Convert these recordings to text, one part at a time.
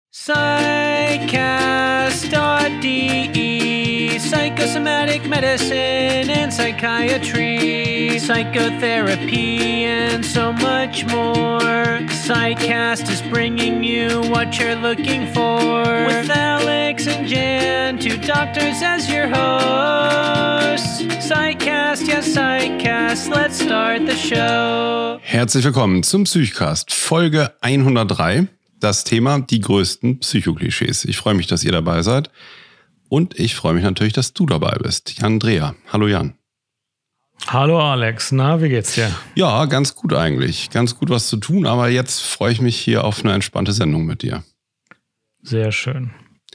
Psychcast.de, psychosomatic medicine and psychiatry, psychotherapy and so much more. Psychcast is bringing you what you're looking for, with Alex and Jan, two doctors as your hosts. Psychcast, yes Psychcast, let's start the show. Herzlich willkommen zum Psychcast, Folge 103. Das Thema, die größten Psychoklischees. Ich freue mich, dass ihr dabei seid. Und ich freue mich natürlich, dass du dabei bist. Jan Dreher. Hallo Jan. Hallo Alex. Na, wie geht's dir? Ja, ganz gut eigentlich. Ganz gut was zu tun. Aber jetzt freue ich mich hier auf eine entspannte Sendung mit dir. Sehr schön.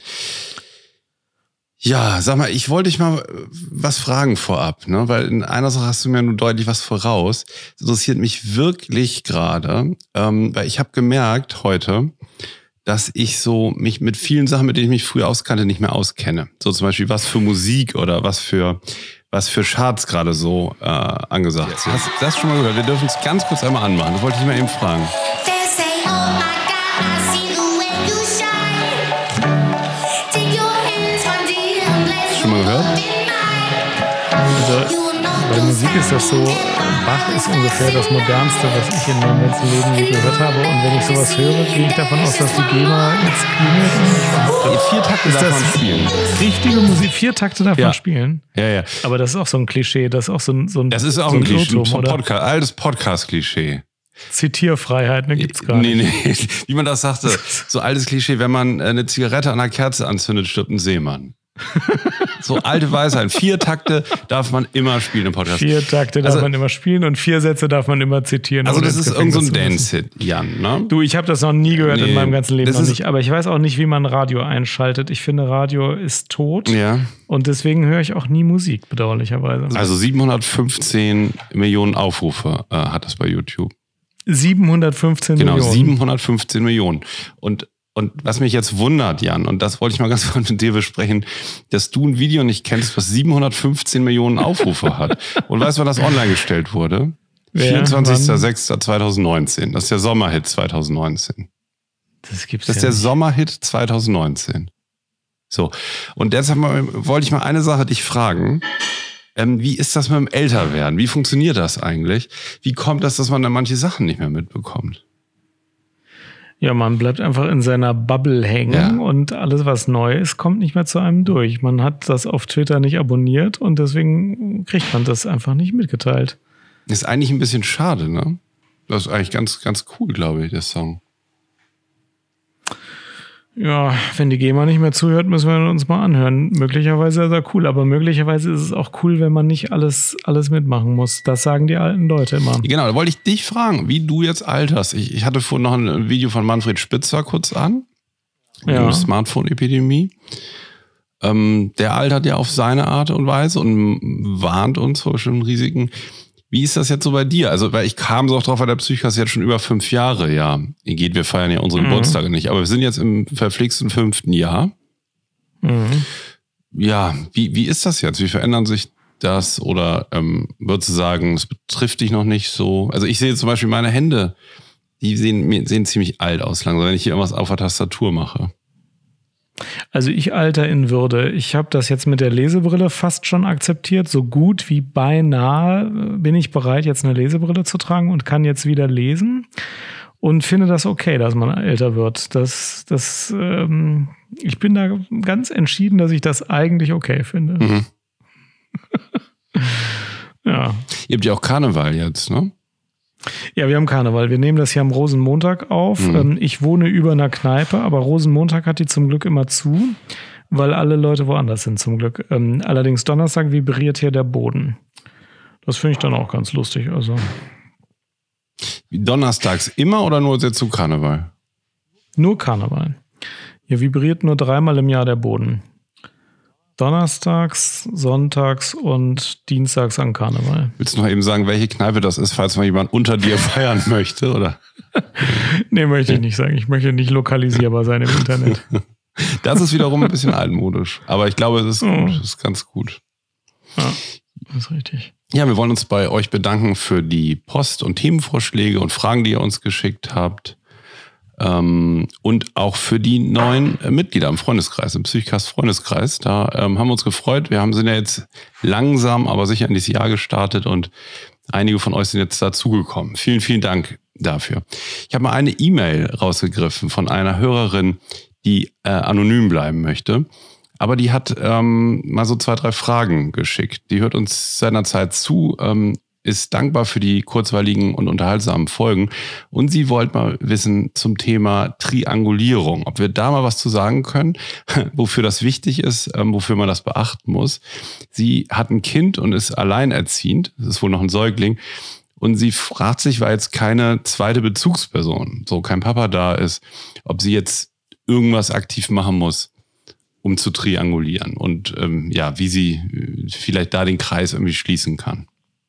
Ja, sag mal, ich wollte dich mal was fragen vorab, ne? Weil in einer Sache hast du mir nur deutlich was voraus. Das interessiert mich wirklich gerade, weil ich habe gemerkt heute, dass ich so mich mit vielen Sachen, mit denen ich mich früher auskannte, nicht mehr auskenne. So zum Beispiel, was für Musik oder was für Charts gerade so angesagt sind. Hast du das schon mal gehört? Wir dürfen es ganz kurz einmal anmachen. Das wollte ich mal eben fragen. Schon mal gehört? Also, bei Musik ist das so, Bach ist ungefähr das Modernste, was ich in meinem ganzen Leben je gehört habe. Und wenn ich sowas höre, gehe ich davon aus, dass die GEMA jetzt klingelt. 4 Takte darf man spielen. Richtige Musik, 4 Takte darf man spielen. Ja. Aber das ist auch so ein Klischee, das ist auch so ein Das ist auch ein Klischee, Irrtum, altes Podcast-Klischee. Zitierfreiheit, ne, gibt's gar nicht. Nee, wie man das sagte, so altes Klischee, wenn man eine Zigarette an einer Kerze anzündet, stirbt ein Seemann. So alte Weisheit. 4 Takte darf man immer spielen im Podcast. 4 Takte darf man immer spielen und 4 Sätze darf man immer zitieren. Also das ist irgend so ein Dance-Hit, Jan, ne? Du, ich habe das noch nie gehört in meinem ganzen Leben noch nicht. Aber ich weiß auch nicht, wie man Radio einschaltet. Ich finde, Radio ist tot. Ja. Und deswegen höre ich auch nie Musik, bedauerlicherweise. Also 715 Millionen Aufrufe hat das bei YouTube. 715 Millionen. Genau, 715 Millionen. Und was mich jetzt wundert, Jan, und das wollte ich mal ganz kurz mit dir besprechen, dass du ein Video nicht kennst, was 715 Millionen Aufrufe hat. Und weißt du, wann das online gestellt wurde? 24.06.2019. Das ist der Sommerhit 2019. Das gibt's Das ist ja der nicht. Sommerhit 2019. So. Und deshalb wollte ich mal eine Sache dich fragen. Wie ist das mit dem Älterwerden? Wie funktioniert das eigentlich? Wie kommt das, dass man da manche Sachen nicht mehr mitbekommt? Ja, man bleibt einfach in seiner Bubble hängen und alles, was neu ist, kommt nicht mehr zu einem durch. Man hat das auf Twitter nicht abonniert und deswegen kriegt man das einfach nicht mitgeteilt. Ist eigentlich ein bisschen schade, ne? Das ist eigentlich ganz, ganz cool, glaube ich, der Song. Ja, wenn die GEMA nicht mehr zuhört, müssen wir uns mal anhören. Möglicherweise ist er cool, aber möglicherweise ist es auch cool, wenn man nicht alles mitmachen muss. Das sagen die alten Leute immer. Genau, da wollte ich dich fragen, wie du jetzt alterst. Ich hatte vorhin noch ein Video von Manfred Spitzer kurz an. Ja. Smartphone-Epidemie. Der altert ja auf seine Art und Weise und warnt uns vor bestimmten Risiken. Wie ist das jetzt so bei dir? Also, weil ich kam so auch drauf, weil der Psychcast jetzt schon über 5 Jahre, wir feiern ja unsere Geburtstage nicht, aber wir sind jetzt im verflixten 5. Jahr. Ja, wie ist das jetzt? Wie verändern sich das? Oder würdest du sagen, es betrifft dich noch nicht so? Also ich sehe zum Beispiel meine Hände, die sehen ziemlich alt aus langsam, wenn ich hier irgendwas auf der Tastatur mache. Also ich alter in Würde. Ich habe das jetzt mit der Lesebrille fast schon akzeptiert. So gut wie beinahe bin ich bereit, jetzt eine Lesebrille zu tragen und kann jetzt wieder lesen. Und finde das okay, dass man älter wird. Ich bin da ganz entschieden, dass ich das eigentlich okay finde. Mhm. Ja. Ihr habt ja auch Karneval jetzt, ne? Ja, wir haben Karneval. Wir nehmen das hier am Rosenmontag auf. Ich wohne über einer Kneipe, aber Rosenmontag hat die zum Glück immer zu, weil alle Leute woanders sind zum Glück. Allerdings Donnerstag vibriert hier der Boden. Das finde ich dann auch ganz lustig. Also Donnerstags immer oder nur jetzt zu Karneval? Nur Karneval. Hier vibriert nur 3-mal im Jahr der Boden. Donnerstags, Sonntags und Dienstags an Karneval. Willst du noch eben sagen, welche Kneipe das ist, falls mal jemand unter dir feiern möchte, oder? Nee, möchte ich nicht sagen. Ich möchte nicht lokalisierbar sein im Internet. Das ist wiederum ein bisschen altmodisch. Aber ich glaube, es ist gut. Es ist ganz gut. Ja, das ist richtig. Ja, wir wollen uns bei euch bedanken für die Post- und Themenvorschläge und Fragen, die ihr uns geschickt habt. Und auch für die neuen Mitglieder im Freundeskreis, im Psychcast-Freundeskreis. Da haben wir uns gefreut. Sind ja jetzt langsam, aber sicher in dieses Jahr gestartet und einige von euch sind jetzt dazugekommen. Vielen, vielen Dank dafür. Ich habe mal eine E-Mail rausgegriffen von einer Hörerin, die anonym bleiben möchte. Aber die hat mal so 2, 3 Fragen geschickt. Die hört uns seinerzeit zu, ist dankbar für die kurzweiligen und unterhaltsamen Folgen. Und sie wollte mal wissen zum Thema Triangulierung, ob wir da mal was zu sagen können, wofür das wichtig ist, wofür man das beachten muss. Sie hat ein Kind und ist alleinerziehend, das ist wohl noch ein Säugling. Und sie fragt sich, weil jetzt keine zweite Bezugsperson, so kein Papa da ist, ob sie jetzt irgendwas aktiv machen muss, um zu triangulieren. Und wie sie vielleicht da den Kreis irgendwie schließen kann.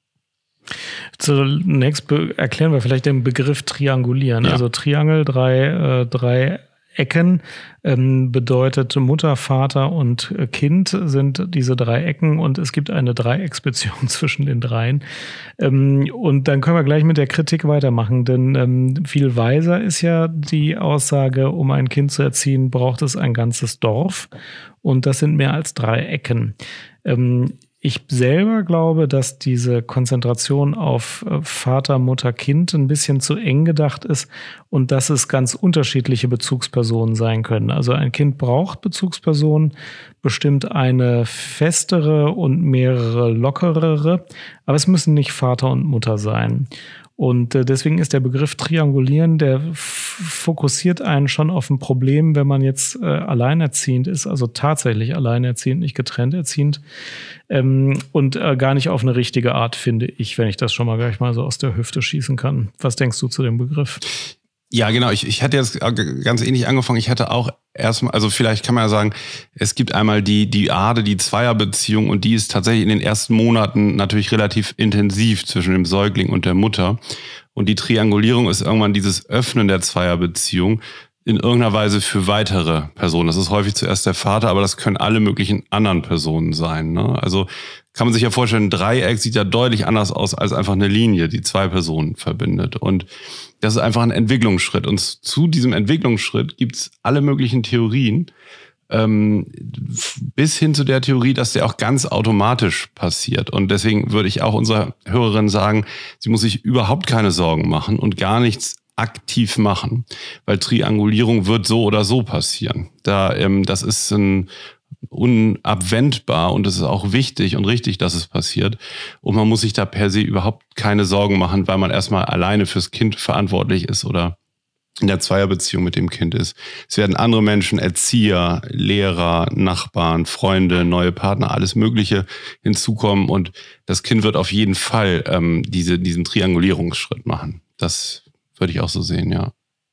Zunächst erklären wir vielleicht den Begriff Triangulieren. Ja. Also Triangel, drei Ecken, bedeutet Mutter, Vater und Kind sind diese 3 Ecken und es gibt eine Dreiecksbeziehung zwischen den dreien. Und dann können wir gleich mit der Kritik weitermachen, denn viel weiser ist ja die Aussage, um ein Kind zu erziehen, braucht es ein ganzes Dorf und das sind mehr als 3 Ecken. Ich selber glaube, dass diese Konzentration auf Vater, Mutter, Kind ein bisschen zu eng gedacht ist und dass es ganz unterschiedliche Bezugspersonen sein können. Also ein Kind braucht Bezugspersonen, bestimmt eine festere und mehrere lockerere, aber es müssen nicht Vater und Mutter sein. Und deswegen ist der Begriff Triangulieren, der fokussiert einen schon auf ein Problem, wenn man jetzt alleinerziehend ist, also tatsächlich alleinerziehend, nicht getrennt erziehend und gar nicht auf eine richtige Art, finde ich, wenn ich das schon mal gleich mal so aus der Hüfte schießen kann. Was denkst du zu dem Begriff? Ja, genau. Ich hatte jetzt ganz ähnlich angefangen. Ich hatte auch erstmal, also vielleicht kann man ja sagen, es gibt einmal die Zweierbeziehung und die ist tatsächlich in den ersten Monaten natürlich relativ intensiv zwischen dem Säugling und der Mutter. Und die Triangulierung ist irgendwann dieses Öffnen der Zweierbeziehung in irgendeiner Weise für weitere Personen. Das ist häufig zuerst der Vater, aber das können alle möglichen anderen Personen sein, ne? Also kann man sich ja vorstellen, ein Dreieck sieht ja deutlich anders aus als einfach eine Linie, die 2 Personen verbindet. Und das ist einfach ein Entwicklungsschritt. Und zu diesem Entwicklungsschritt gibt's alle möglichen Theorien, bis hin zu der Theorie, dass der auch ganz automatisch passiert. Und deswegen würde ich auch unserer Hörerin sagen, sie muss sich überhaupt keine Sorgen machen und gar nichts aktiv machen, weil Triangulierung wird so oder so passieren. Das ist unabwendbar und es ist auch wichtig und richtig, dass es passiert. Und man muss sich da per se überhaupt keine Sorgen machen, weil man erstmal alleine fürs Kind verantwortlich ist oder in der Zweierbeziehung mit dem Kind ist. Es werden andere Menschen, Erzieher, Lehrer, Nachbarn, Freunde, neue Partner, alles Mögliche hinzukommen und das Kind wird auf jeden Fall diesen Triangulierungsschritt machen. Das würde ich auch so sehen, ja.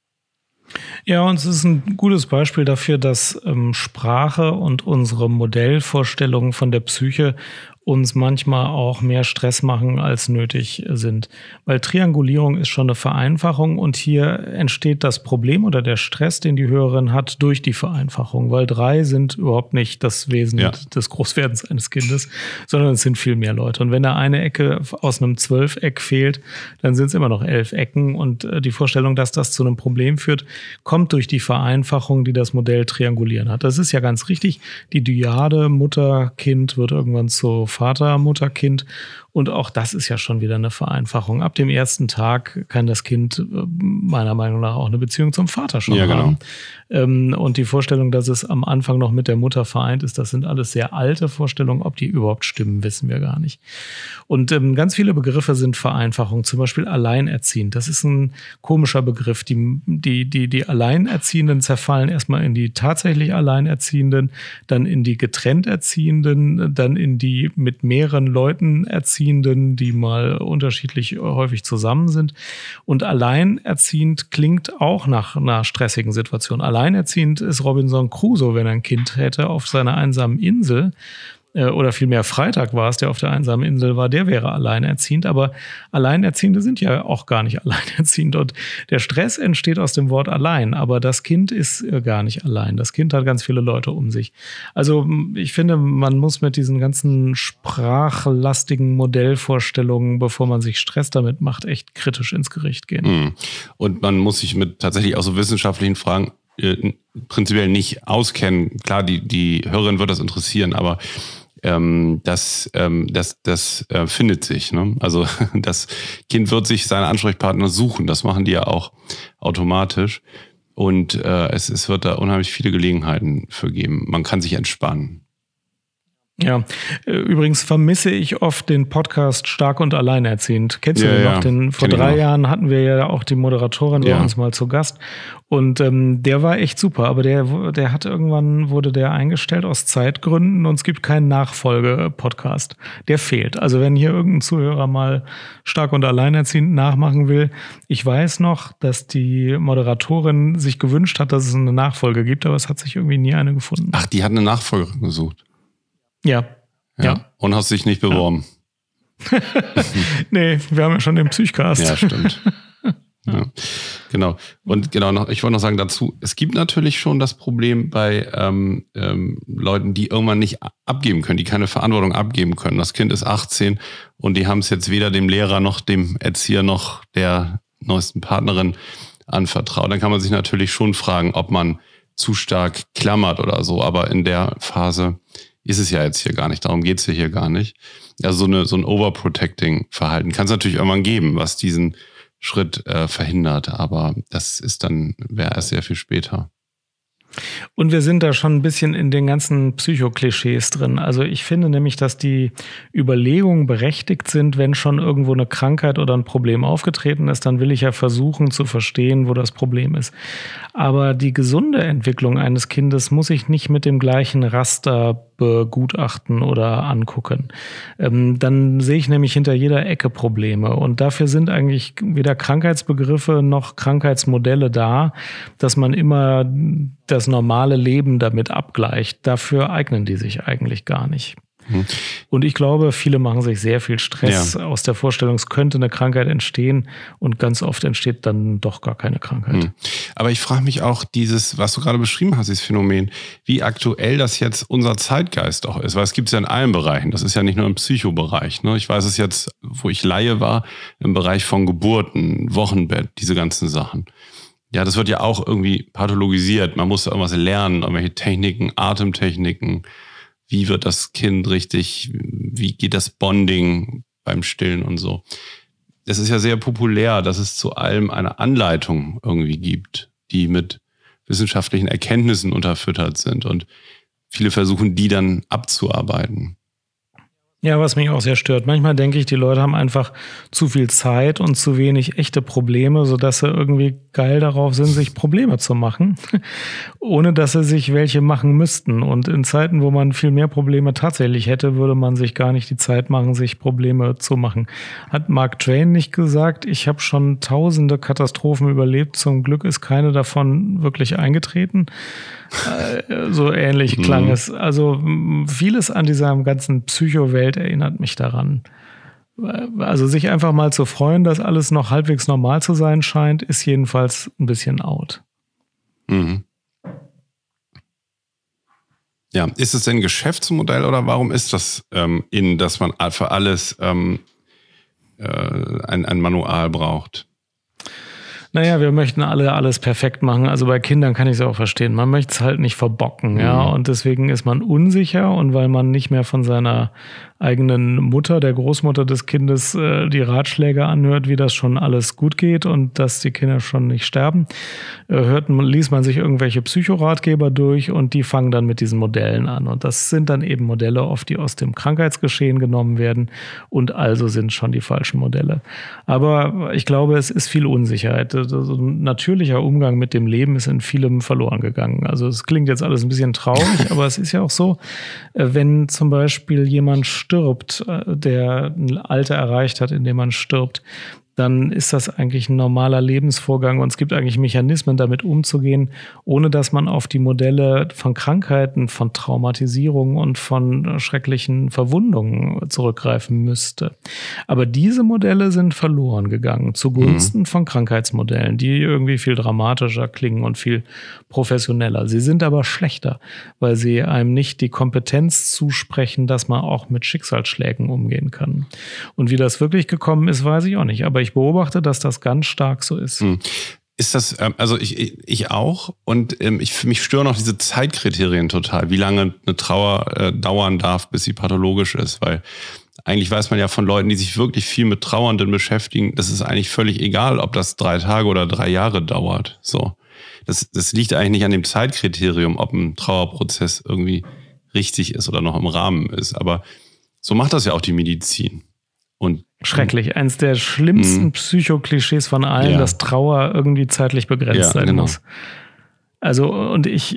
Ja, und es ist ein gutes Beispiel dafür, dass Sprache und unsere Modellvorstellungen von der Psyche uns manchmal auch mehr Stress machen, als nötig sind. Weil Triangulierung ist schon eine Vereinfachung und hier entsteht das Problem oder der Stress, den die Hörerin hat, durch die Vereinfachung. Weil 3 sind überhaupt nicht das Wesen des Großwerdens eines Kindes, sondern es sind viel mehr Leute. Und wenn da eine Ecke aus einem 12-Eck fehlt, dann sind es immer noch 11 Ecken. Und die Vorstellung, dass das zu einem Problem führt, kommt durch die Vereinfachung, die das Modell Triangulieren hat. Das ist ja ganz richtig. Die Dyade Mutter-Kind wird irgendwann zu Vater, Mutter, Kind. Und auch das ist ja schon wieder eine Vereinfachung. Ab dem ersten Tag kann das Kind meiner Meinung nach auch eine Beziehung zum Vater schon haben. Genau. Und die Vorstellung, dass es am Anfang noch mit der Mutter vereint ist, das sind alles sehr alte Vorstellungen. Ob die überhaupt stimmen, wissen wir gar nicht. Und ganz viele Begriffe sind Vereinfachung. Zum Beispiel alleinerziehend. Das ist ein komischer Begriff. Die Alleinerziehenden zerfallen erstmal in die tatsächlich Alleinerziehenden, dann in die getrennt Erziehenden, dann in die mit mehreren Leuten Erziehenden, die mal unterschiedlich häufig zusammen sind. Und alleinerziehend klingt auch nach einer stressigen Situation. Alleinerziehend ist Robinson Crusoe, wenn er ein Kind hätte auf seiner einsamen Insel. oder vielmehr Freitag war es, der auf der einsamen Insel war, der wäre alleinerziehend. Aber Alleinerziehende sind ja auch gar nicht alleinerziehend. Und der Stress entsteht aus dem Wort allein. Aber das Kind ist gar nicht allein. Das Kind hat ganz viele Leute um sich. Also ich finde, man muss mit diesen ganzen sprachlastigen Modellvorstellungen, bevor man sich Stress damit macht, echt kritisch ins Gericht gehen. Und man muss sich mit tatsächlich auch so wissenschaftlichen Fragen prinzipiell nicht auskennen. Klar, die Hörerin wird das interessieren, aber das findet sich. Ne? Also das Kind wird sich seine Ansprechpartner suchen. Das machen die ja auch automatisch. Und es wird da unheimlich viele Gelegenheiten für geben. Man kann sich entspannen. Ja, übrigens vermisse ich oft den Podcast Stark und Alleinerziehend. Kennst du den noch? Den, vor 3 Jahren hatten wir ja auch die Moderatorin bei uns mal zu Gast. Und der war echt super, aber der hat irgendwann, wurde der eingestellt aus Zeitgründen und es gibt keinen Nachfolge-Podcast. Der fehlt. Also wenn hier irgendein Zuhörer mal Stark und Alleinerziehend nachmachen will, ich weiß noch, dass die Moderatorin sich gewünscht hat, dass es eine Nachfolge gibt, aber es hat sich irgendwie nie eine gefunden. Ach, die hat eine Nachfolgerin gesucht. Ja. Und hast dich nicht beworben? Ja. Nee, wir haben ja schon den Psychcast. Ja, stimmt. Ja, genau. Und genau, ich wollte noch sagen dazu, es gibt natürlich schon das Problem bei Leuten, die irgendwann nicht abgeben können, die keine Verantwortung abgeben können. Das Kind ist 18 und die haben es jetzt weder dem Lehrer noch dem Erzieher noch der neuesten Partnerin anvertraut. Dann kann man sich natürlich schon fragen, ob man zu stark klammert oder so. Aber in der Phase ist es ja jetzt hier gar nicht. Darum geht es hier gar nicht. Also so ein Overprotecting-Verhalten kann es natürlich irgendwann geben, was diesen Schritt verhindert. Aber das wäre erst sehr viel später. Und wir sind da schon ein bisschen in den ganzen Psychoklischees drin. Also ich finde nämlich, dass die Überlegungen berechtigt sind, wenn schon irgendwo eine Krankheit oder ein Problem aufgetreten ist, dann will ich ja versuchen zu verstehen, wo das Problem ist. Aber die gesunde Entwicklung eines Kindes muss ich nicht mit dem gleichen Raster begutachten oder angucken. Dann sehe ich nämlich hinter jeder Ecke Probleme. Und dafür sind eigentlich weder Krankheitsbegriffe noch Krankheitsmodelle da, dass man immer das normale Leben damit abgleicht. Dafür eignen die sich eigentlich gar nicht. Und ich glaube, viele machen sich sehr viel Stress aus der Vorstellung, es könnte eine Krankheit entstehen und ganz oft entsteht dann doch gar keine Krankheit. Aber ich frage mich auch was du gerade beschrieben hast, dieses Phänomen, wie aktuell das jetzt unser Zeitgeist auch ist, weil es gibt es ja in allen Bereichen, das ist ja nicht nur im Psychobereich. Ne? Ich weiß es jetzt, wo ich Laie war, im Bereich von Geburten, Wochenbett, diese ganzen Sachen. Ja, das wird ja auch irgendwie pathologisiert, man muss irgendwas lernen, irgendwelche Techniken, Atemtechniken. Wie wird das Kind richtig, wie geht das Bonding beim Stillen und so. Es ist ja sehr populär, dass es zu allem eine Anleitung irgendwie gibt, die mit wissenschaftlichen Erkenntnissen unterfüttert sind und viele versuchen, die dann abzuarbeiten. Ja, was mich auch sehr stört. Manchmal denke ich, die Leute haben einfach zu viel Zeit und zu wenig echte Probleme, sodass sie irgendwie geil darauf sind, sich Probleme zu machen, ohne dass sie sich welche machen müssten. Und in Zeiten, wo man viel mehr Probleme tatsächlich hätte, würde man sich gar nicht die Zeit machen, sich Probleme zu machen. Hat Mark Twain nicht gesagt, ich habe schon tausende Katastrophen überlebt, zum Glück ist keine davon wirklich eingetreten. So ähnlich klang es. Also vieles an dieser ganzen Psychowelt erinnert mich daran. Also sich einfach mal zu freuen, dass alles noch halbwegs normal zu sein scheint, ist jedenfalls ein bisschen out. Ja, ist es denn ein Geschäftsmodell oder warum ist das dass man für alles ein Manual braucht? Naja, wir möchten alle alles perfekt machen. Also bei Kindern kann ich es auch verstehen. Man möchte es halt nicht verbocken, ja. Und deswegen ist man unsicher und weil man nicht mehr von seiner eigenen Mutter, der Großmutter des Kindes, die Ratschläge anhört, wie das schon alles gut geht und dass die Kinder schon nicht sterben, liest man sich irgendwelche Psychoratgeber durch und die fangen dann mit diesen Modellen an. Und das sind dann eben Modelle oft, die aus dem Krankheitsgeschehen genommen werden und also sind schon die falschen Modelle. Aber ich glaube, es ist viel Unsicherheit. Also ein natürlicher Umgang mit dem Leben ist in vielem verloren gegangen. Also es klingt jetzt alles ein bisschen traurig, aber es ist ja auch so, wenn zum Beispiel jemand stirbt, der ein Alter erreicht hat, in dem man stirbt, dann ist das eigentlich ein normaler Lebensvorgang und es gibt eigentlich Mechanismen, damit umzugehen, ohne dass man auf die Modelle von Krankheiten, von Traumatisierung und von schrecklichen Verwundungen zurückgreifen müsste. Aber diese Modelle sind verloren gegangen zugunsten von Krankheitsmodellen, die irgendwie viel dramatischer klingen und viel professioneller. Sie sind aber schlechter, weil sie einem nicht die Kompetenz zusprechen, dass man auch mit Schicksalsschlägen umgehen kann. Und wie das wirklich gekommen ist, weiß ich auch nicht. Aber ich beobachte, dass das ganz stark so ist. Ist das, also ich auch, und mich stören auch diese Zeitkriterien total, wie lange eine Trauer dauern darf, bis sie pathologisch ist, weil eigentlich weiß man ja von Leuten, die sich wirklich viel mit Trauernden beschäftigen, das ist eigentlich völlig egal, ob das 3 Tage oder 3 Jahre dauert. So, das liegt eigentlich nicht an dem Zeitkriterium, ob ein Trauerprozess irgendwie richtig ist oder noch im Rahmen ist, aber so macht das ja auch die Medizin. Und schrecklich. Eins der schlimmsten Psychoklischees von allen, dass Trauer irgendwie zeitlich begrenzt sein muss. Also, und ich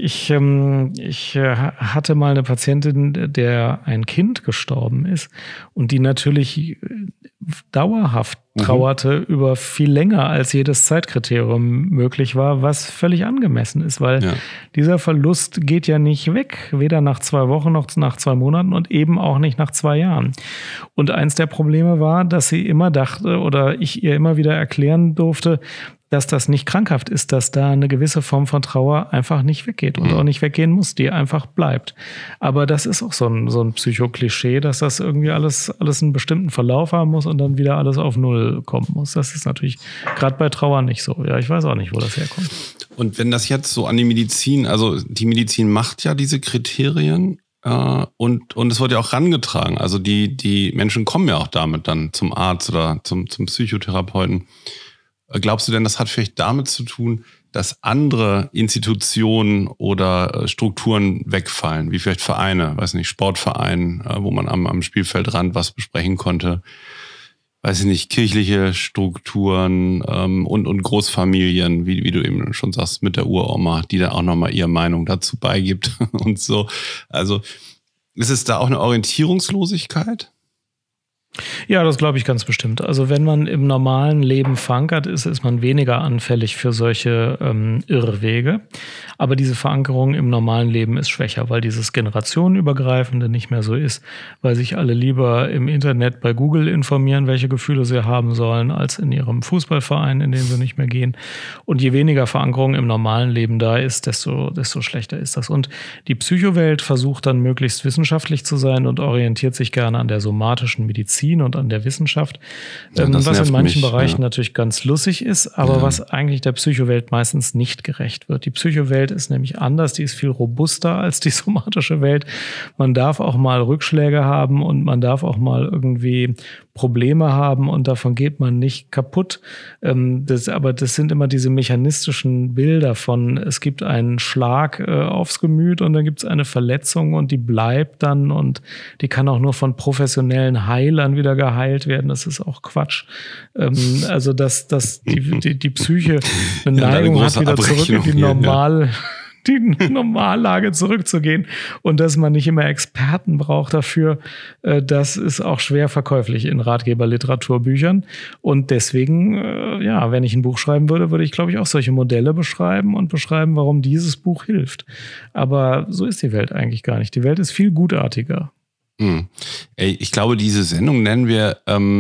hatte mal eine Patientin, der ein Kind gestorben ist und die natürlich dauerhaft trauerte über viel länger, als jedes Zeitkriterium möglich war, was völlig angemessen ist, weil dieser Verlust geht ja nicht weg, weder nach 2 Wochen noch nach 2 Monaten und eben auch nicht nach 2 Jahren. Und eins der Probleme war, dass sie immer dachte oder ich ihr immer wieder erklären durfte, dass das nicht krankhaft ist, dass da eine gewisse Form von Trauer einfach nicht weggeht und auch nicht weggehen muss, die einfach bleibt. Aber das ist auch so ein Psychoklischee, dass das irgendwie alles einen bestimmten Verlauf haben muss und dann wieder alles auf Null kommen muss. Das ist natürlich gerade bei Trauer nicht so. Ja, ich weiß auch nicht, wo das herkommt. Und wenn das jetzt so an die Medizin, also die Medizin macht ja diese Kriterien und es wird ja auch rangetragen. Also die Menschen kommen ja auch damit dann zum Arzt oder zum Psychotherapeuten. Glaubst du denn, das hat vielleicht damit zu tun, dass andere Institutionen oder Strukturen wegfallen, wie vielleicht Vereine, weiß nicht, Sportverein, wo man am Spielfeldrand was besprechen konnte, weiß ich nicht, kirchliche Strukturen und Großfamilien, wie du eben schon sagst, mit der Uroma, die dann auch nochmal ihre Meinung dazu beigibt und so. Also ist es da auch eine Orientierungslosigkeit? Ja, das glaube ich ganz bestimmt. Also wenn man im normalen Leben verankert ist, ist man weniger anfällig für solche Irrwege. Aber diese Verankerung im normalen Leben ist schwächer, weil dieses Generationenübergreifende nicht mehr so ist, weil sich alle lieber im Internet bei Google informieren, welche Gefühle sie haben sollen, als in ihrem Fußballverein, in den sie nicht mehr gehen. Und je weniger Verankerung im normalen Leben da ist, desto schlechter ist das. Und die Psychowelt versucht dann möglichst wissenschaftlich zu sein und orientiert sich gerne an der somatischen Medizin und an der Wissenschaft, was in manchen Bereichen natürlich ganz lustig ist, aber was eigentlich der Psychowelt meistens nicht gerecht wird. Die Psychowelt ist nämlich anders, die ist viel robuster als die somatische Welt. Man darf auch mal Rückschläge haben und man darf auch mal irgendwie Probleme haben und davon geht man nicht kaputt. Aber das sind immer diese mechanistischen Bilder von, es gibt einen Schlag aufs Gemüt und dann gibt es eine Verletzung und die bleibt dann und die kann auch nur von professionellen Heilern wieder geheilt werden. Das ist auch Quatsch. Also, dass die Psyche eine Neigung hat, wieder zurück in die Normallage zurückzugehen und dass man nicht immer Experten braucht dafür, das ist auch schwer verkäuflich in Ratgeberliteraturbüchern. Und deswegen, wenn ich ein Buch schreiben würde, würde ich, glaube ich, auch solche Modelle beschreiben und beschreiben, warum dieses Buch hilft. Aber so ist die Welt eigentlich gar nicht. Die Welt ist viel gutartiger. Ich glaube, diese Sendung nennen wir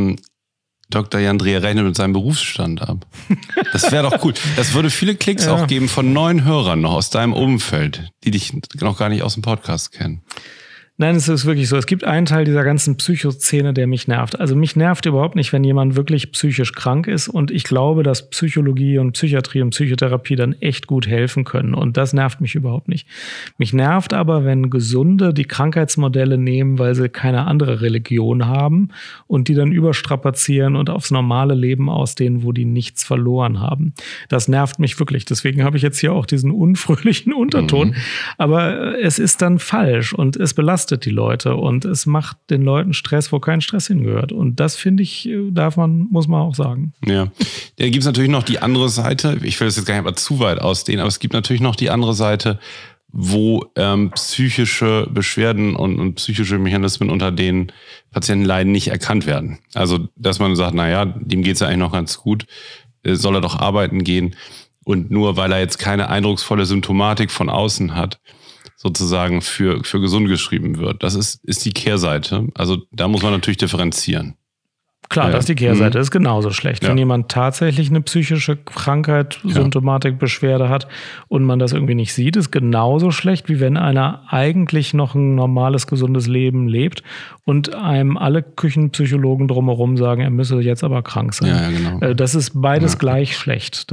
Dr. Jan Dreher rechnet mit seinem Berufsstand ab. Das wäre doch cool. Das würde viele Klicks auch geben von neuen Hörern noch aus deinem Umfeld, die dich noch gar nicht aus dem Podcast kennen. Nein, es ist wirklich so. Es gibt einen Teil dieser ganzen Psychoszene, der mich nervt. Also mich nervt überhaupt nicht, wenn jemand wirklich psychisch krank ist. Und ich glaube, dass Psychologie und Psychiatrie und Psychotherapie dann echt gut helfen können. Und das nervt mich überhaupt nicht. Mich nervt aber, wenn Gesunde die Krankheitsmodelle nehmen, weil sie keine andere Religion haben und die dann überstrapazieren und aufs normale Leben ausdehnen, wo die nichts verloren haben. Das nervt mich wirklich. Deswegen habe ich jetzt hier auch diesen unfröhlichen Unterton. Aber es ist dann falsch und es belastet die Leute und es macht den Leuten Stress, wo kein Stress hingehört. Und das, finde ich, muss man auch sagen. Ja, da gibt es natürlich noch die andere Seite. Ich will das jetzt gar nicht mal zu weit ausdehnen, aber es gibt natürlich noch die andere Seite, wo psychische Beschwerden und psychische Mechanismen unter den Patienten leiden, nicht erkannt werden. Also, dass man sagt, naja, dem geht's ja eigentlich noch ganz gut, soll er doch arbeiten gehen. Und nur weil er jetzt keine eindrucksvolle Symptomatik von außen hat, sozusagen für gesund geschrieben wird. Das ist die Kehrseite. Also da muss man natürlich differenzieren. Klar, das ist die Kehrseite. Das ist genauso schlecht. Ja. Wenn jemand tatsächlich eine psychische Krankheit, Symptomatik, Beschwerde hat und man das irgendwie nicht sieht, ist genauso schlecht, wie wenn einer eigentlich noch ein normales, gesundes Leben lebt und einem alle Küchenpsychologen drumherum sagen, er müsse jetzt aber krank sein. Ja, genau. Das ist beides gleich schlecht.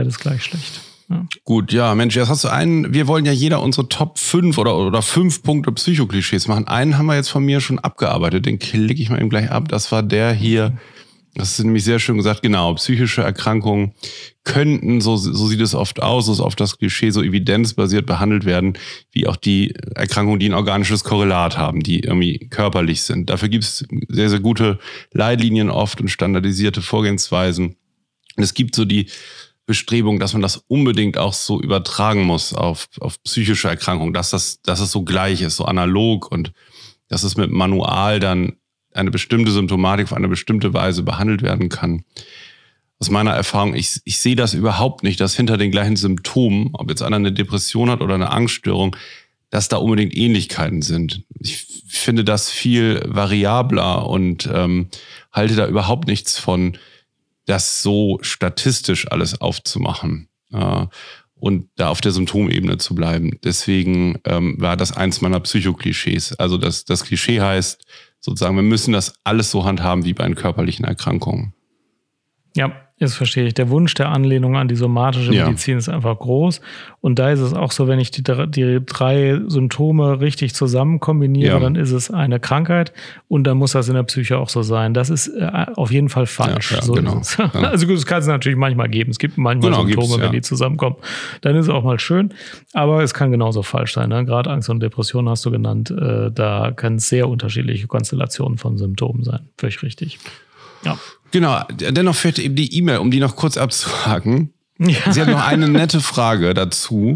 Ja. Gut, ja, Mensch, jetzt hast du wir wollen ja jeder unsere Top 5 oder 5 Punkte Psychoklischees machen. Einen haben wir jetzt von mir schon abgearbeitet, den klicke ich mal eben gleich ab. Das war der hier, das ist nämlich sehr schön gesagt, genau, psychische Erkrankungen könnten, so sieht es oft aus, so ist oft das Klischee, so evidenzbasiert behandelt werden, wie auch die Erkrankungen, die ein organisches Korrelat haben, die irgendwie körperlich sind. Dafür gibt es sehr, sehr gute Leitlinien oft und standardisierte Vorgehensweisen. Und es gibt so die Bestrebung, dass man das unbedingt auch so übertragen muss auf psychische Erkrankungen, dass es so gleich ist, so analog und dass es mit Manual dann eine bestimmte Symptomatik auf eine bestimmte Weise behandelt werden kann. Aus meiner Erfahrung, ich sehe das überhaupt nicht, dass hinter den gleichen Symptomen, ob jetzt einer eine Depression hat oder eine Angststörung, dass da unbedingt Ähnlichkeiten sind. Ich finde das viel variabler und halte da überhaupt nichts von, das so statistisch alles aufzumachen und da auf der Symptomebene zu bleiben. Deswegen war das eins meiner Psychoklischees. Also das Klischee heißt sozusagen, wir müssen das alles so handhaben wie bei den körperlichen Erkrankungen. Ja, das verstehe ich. Der Wunsch der Anlehnung an die somatische Medizin ist einfach groß. Und da ist es auch so, wenn ich die 3 Symptome richtig zusammen kombiniere, dann ist es eine Krankheit und dann muss das in der Psyche auch so sein. Das ist auf jeden Fall falsch. Ja, so genau. ist es. Also das kann es natürlich manchmal geben. Es gibt manchmal Symptome, wenn die zusammenkommen. Dann ist es auch mal schön. Aber es kann genauso falsch sein. Ne? Gerade Angst und Depression hast du genannt. Da können es sehr unterschiedliche Konstellationen von Symptomen sein. Völlig richtig. Ja. Genau, dennoch fehlt eben die E-Mail, um die noch kurz abzuhaken. Ja. Sie hat noch eine nette Frage dazu.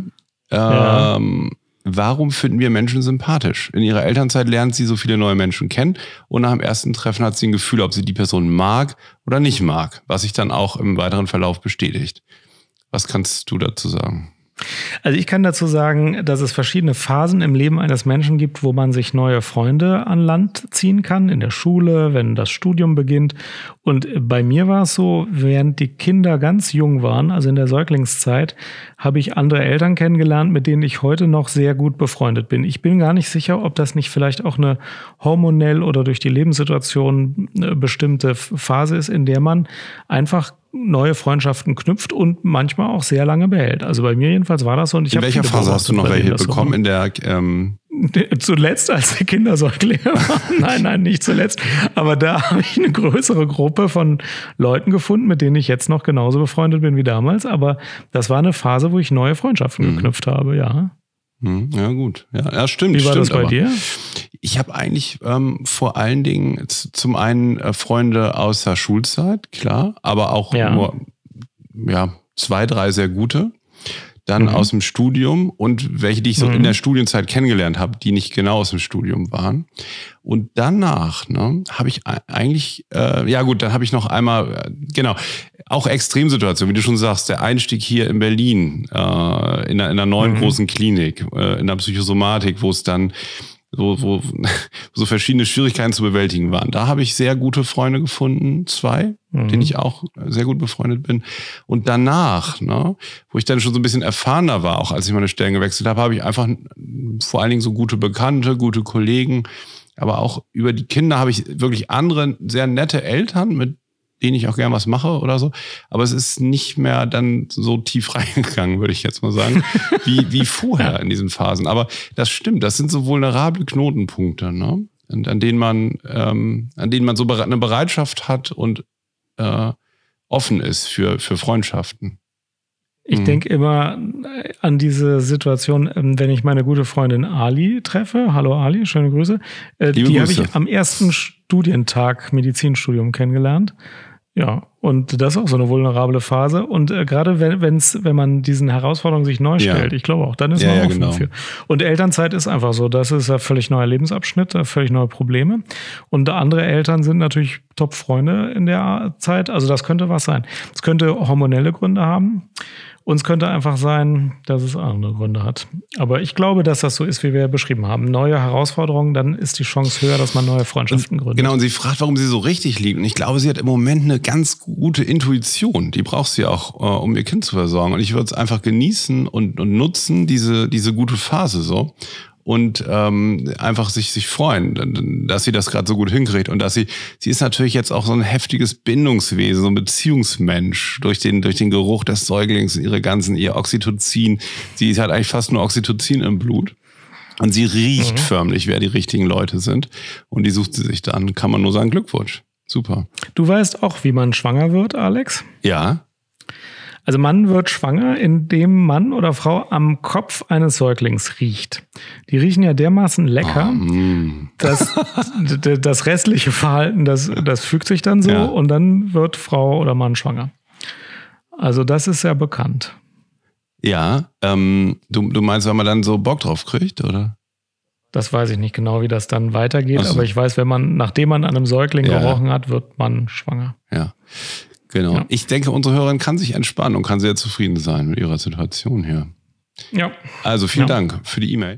Warum finden wir Menschen sympathisch? In ihrer Elternzeit lernt sie so viele neue Menschen kennen und nach dem ersten Treffen hat sie ein Gefühl, ob sie die Person mag oder nicht mag, was sich dann auch im weiteren Verlauf bestätigt. Was kannst du dazu sagen? Also ich kann dazu sagen, dass es verschiedene Phasen im Leben eines Menschen gibt, wo man sich neue Freunde an Land ziehen kann, in der Schule, wenn das Studium beginnt. Und bei mir war es so, während die Kinder ganz jung waren, also in der Säuglingszeit, habe ich andere Eltern kennengelernt, mit denen ich heute noch sehr gut befreundet bin. Ich bin gar nicht sicher, ob das nicht vielleicht auch eine hormonell oder durch die Lebenssituation eine bestimmte Phase ist, in der man einfach neue Freundschaften knüpft und manchmal auch sehr lange behält. Also bei mir jedenfalls war das so. Und in welcher Phase hast du noch welche bekommen? In der zuletzt, als die Kindersäuglinge waren. Nein, nicht zuletzt. Aber da habe ich eine größere Gruppe von Leuten gefunden, mit denen ich jetzt noch genauso befreundet bin wie damals. Aber das war eine Phase, wo ich neue Freundschaften geknüpft habe, ja. Ja, gut. Ja, stimmt. Wie war das bei dir? Ich habe eigentlich vor allen Dingen zum einen Freunde aus der Schulzeit, klar, aber auch nur 2, 3 sehr gute. Dann aus dem Studium und welche, die ich so in der Studienzeit kennengelernt habe, die nicht genau aus dem Studium waren. Und danach habe ich eigentlich, dann habe ich noch einmal, auch Extremsituation, wie du schon sagst, der Einstieg hier in Berlin, in einer neuen großen Klinik, in der Psychosomatik, wo es dann wo verschiedene Schwierigkeiten zu bewältigen waren. Da habe ich sehr gute Freunde gefunden, 2, mit denen ich auch sehr gut befreundet bin. Und danach, wo ich dann schon so ein bisschen erfahrener war, auch als ich meine Stellen gewechselt habe, habe ich einfach vor allen Dingen so gute Bekannte, gute Kollegen, aber auch über die Kinder habe ich wirklich andere, sehr nette Eltern, mit denen ich auch gern was mache oder so. Aber es ist nicht mehr dann so tief reingegangen, würde ich jetzt mal sagen, wie vorher in diesen Phasen. Aber das stimmt, das sind so vulnerable Knotenpunkte, an denen man so eine Bereitschaft hat und offen ist für Freundschaften. Ich denke immer an diese Situation, wenn ich meine gute Freundin Ali treffe. Hallo Ali, schöne Grüße. Die habe ich am ersten Studientag Medizinstudium kennengelernt. Ja, und das ist auch so eine vulnerable Phase. Und gerade wenn man diesen Herausforderungen sich neu stellt, ich glaube auch, dann ist man offen dafür. Und Elternzeit ist einfach so, das ist ein völlig neuer Lebensabschnitt, völlig neue Probleme. Und andere Eltern sind natürlich Top-Freunde in der Zeit. Also das könnte was sein. Es könnte hormonelle Gründe haben. Und es könnte einfach sein, dass es andere Gründe hat. Aber ich glaube, dass das so ist, wie wir beschrieben haben. Neue Herausforderungen, dann ist die Chance höher, dass man neue Freundschaften gründet. Genau, und sie fragt, warum sie so richtig liebt. Und ich glaube, sie hat im Moment eine ganz gute Intuition. Die braucht sie auch, um ihr Kind zu versorgen. Und ich würde es einfach genießen und nutzen, diese gute Phase so. Und einfach sich freuen, dass sie das gerade so gut hinkriegt und dass sie ist natürlich jetzt auch so ein heftiges Bindungswesen, so ein Beziehungsmensch durch den Geruch des Säuglings, ihr Oxytocin. Sie hat eigentlich fast nur Oxytocin im Blut und sie riecht förmlich, wer die richtigen Leute sind und die sucht sie sich dann. Kann man nur sagen, Glückwunsch. Super. Du weißt auch, wie man schwanger wird, Alex? Ja. Also man wird schwanger, indem Mann oder Frau am Kopf eines Säuglings riecht. Die riechen ja dermaßen lecker, dass das restliche Verhalten, das fügt sich dann so und dann wird Frau oder Mann schwanger. Also das ist sehr bekannt. Ja, du meinst, wenn man dann so Bock drauf kriegt, oder? Das weiß ich nicht genau, wie das dann weitergeht, aber ich weiß, nachdem man an einem Säugling gerochen hat, wird man schwanger. Ja. Genau. Ja. Ich denke, unsere Hörerin kann sich entspannen und kann sehr zufrieden sein mit ihrer Situation hier. Ja. Also vielen Dank für die E-Mail.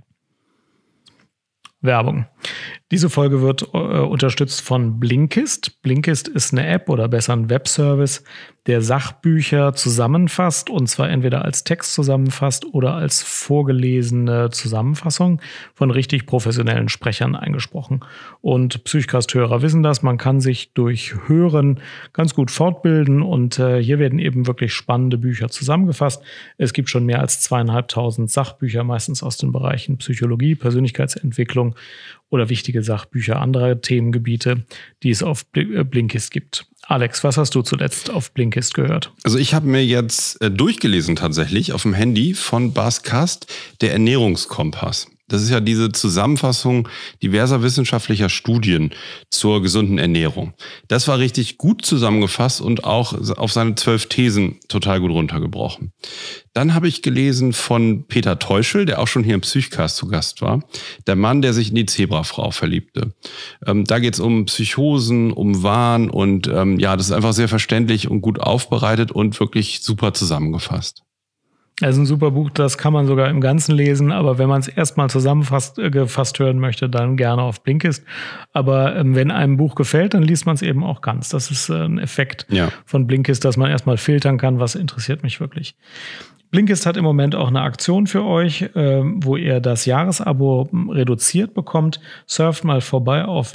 Werbung. Diese Folge wird unterstützt von Blinkist. Blinkist ist eine App oder besser ein Webservice, der Sachbücher zusammenfasst und zwar entweder als Text zusammenfasst oder als vorgelesene Zusammenfassung von richtig professionellen Sprechern eingesprochen. Und Psychcast-Hörer wissen das, man kann sich durch Hören ganz gut fortbilden und hier werden eben wirklich spannende Bücher zusammengefasst. Es gibt schon mehr als 2.500 Sachbücher, meistens aus den Bereichen Psychologie, Persönlichkeitsentwicklung oder wichtige Sachbücher anderer Themengebiete, die es auf Blinkist gibt. Alex, was hast du zuletzt auf Blinkist gehört? Also ich habe mir jetzt durchgelesen tatsächlich auf dem Handy von Bas Kast, der Ernährungskompass. Das ist ja diese Zusammenfassung diverser wissenschaftlicher Studien zur gesunden Ernährung. Das war richtig gut zusammengefasst und auch auf seine 12 Thesen total gut runtergebrochen. Dann habe ich gelesen von Peter Teuschel, der auch schon hier im Psychcast zu Gast war. Der Mann, der sich in die Zebrafrau verliebte. Da geht es um Psychosen, um Wahn und das ist einfach sehr verständlich und gut aufbereitet und wirklich super zusammengefasst. Also ein super Buch, das kann man sogar im Ganzen lesen, aber wenn man es erstmal gefasst hören möchte, dann gerne auf Blinkist. Aber wenn einem ein Buch gefällt, dann liest man es eben auch ganz. Das ist ein Effekt von Blinkist, dass man erstmal filtern kann, was interessiert mich wirklich. Blinkist hat im Moment auch eine Aktion für euch, wo ihr das Jahresabo reduziert bekommt. Surft mal vorbei auf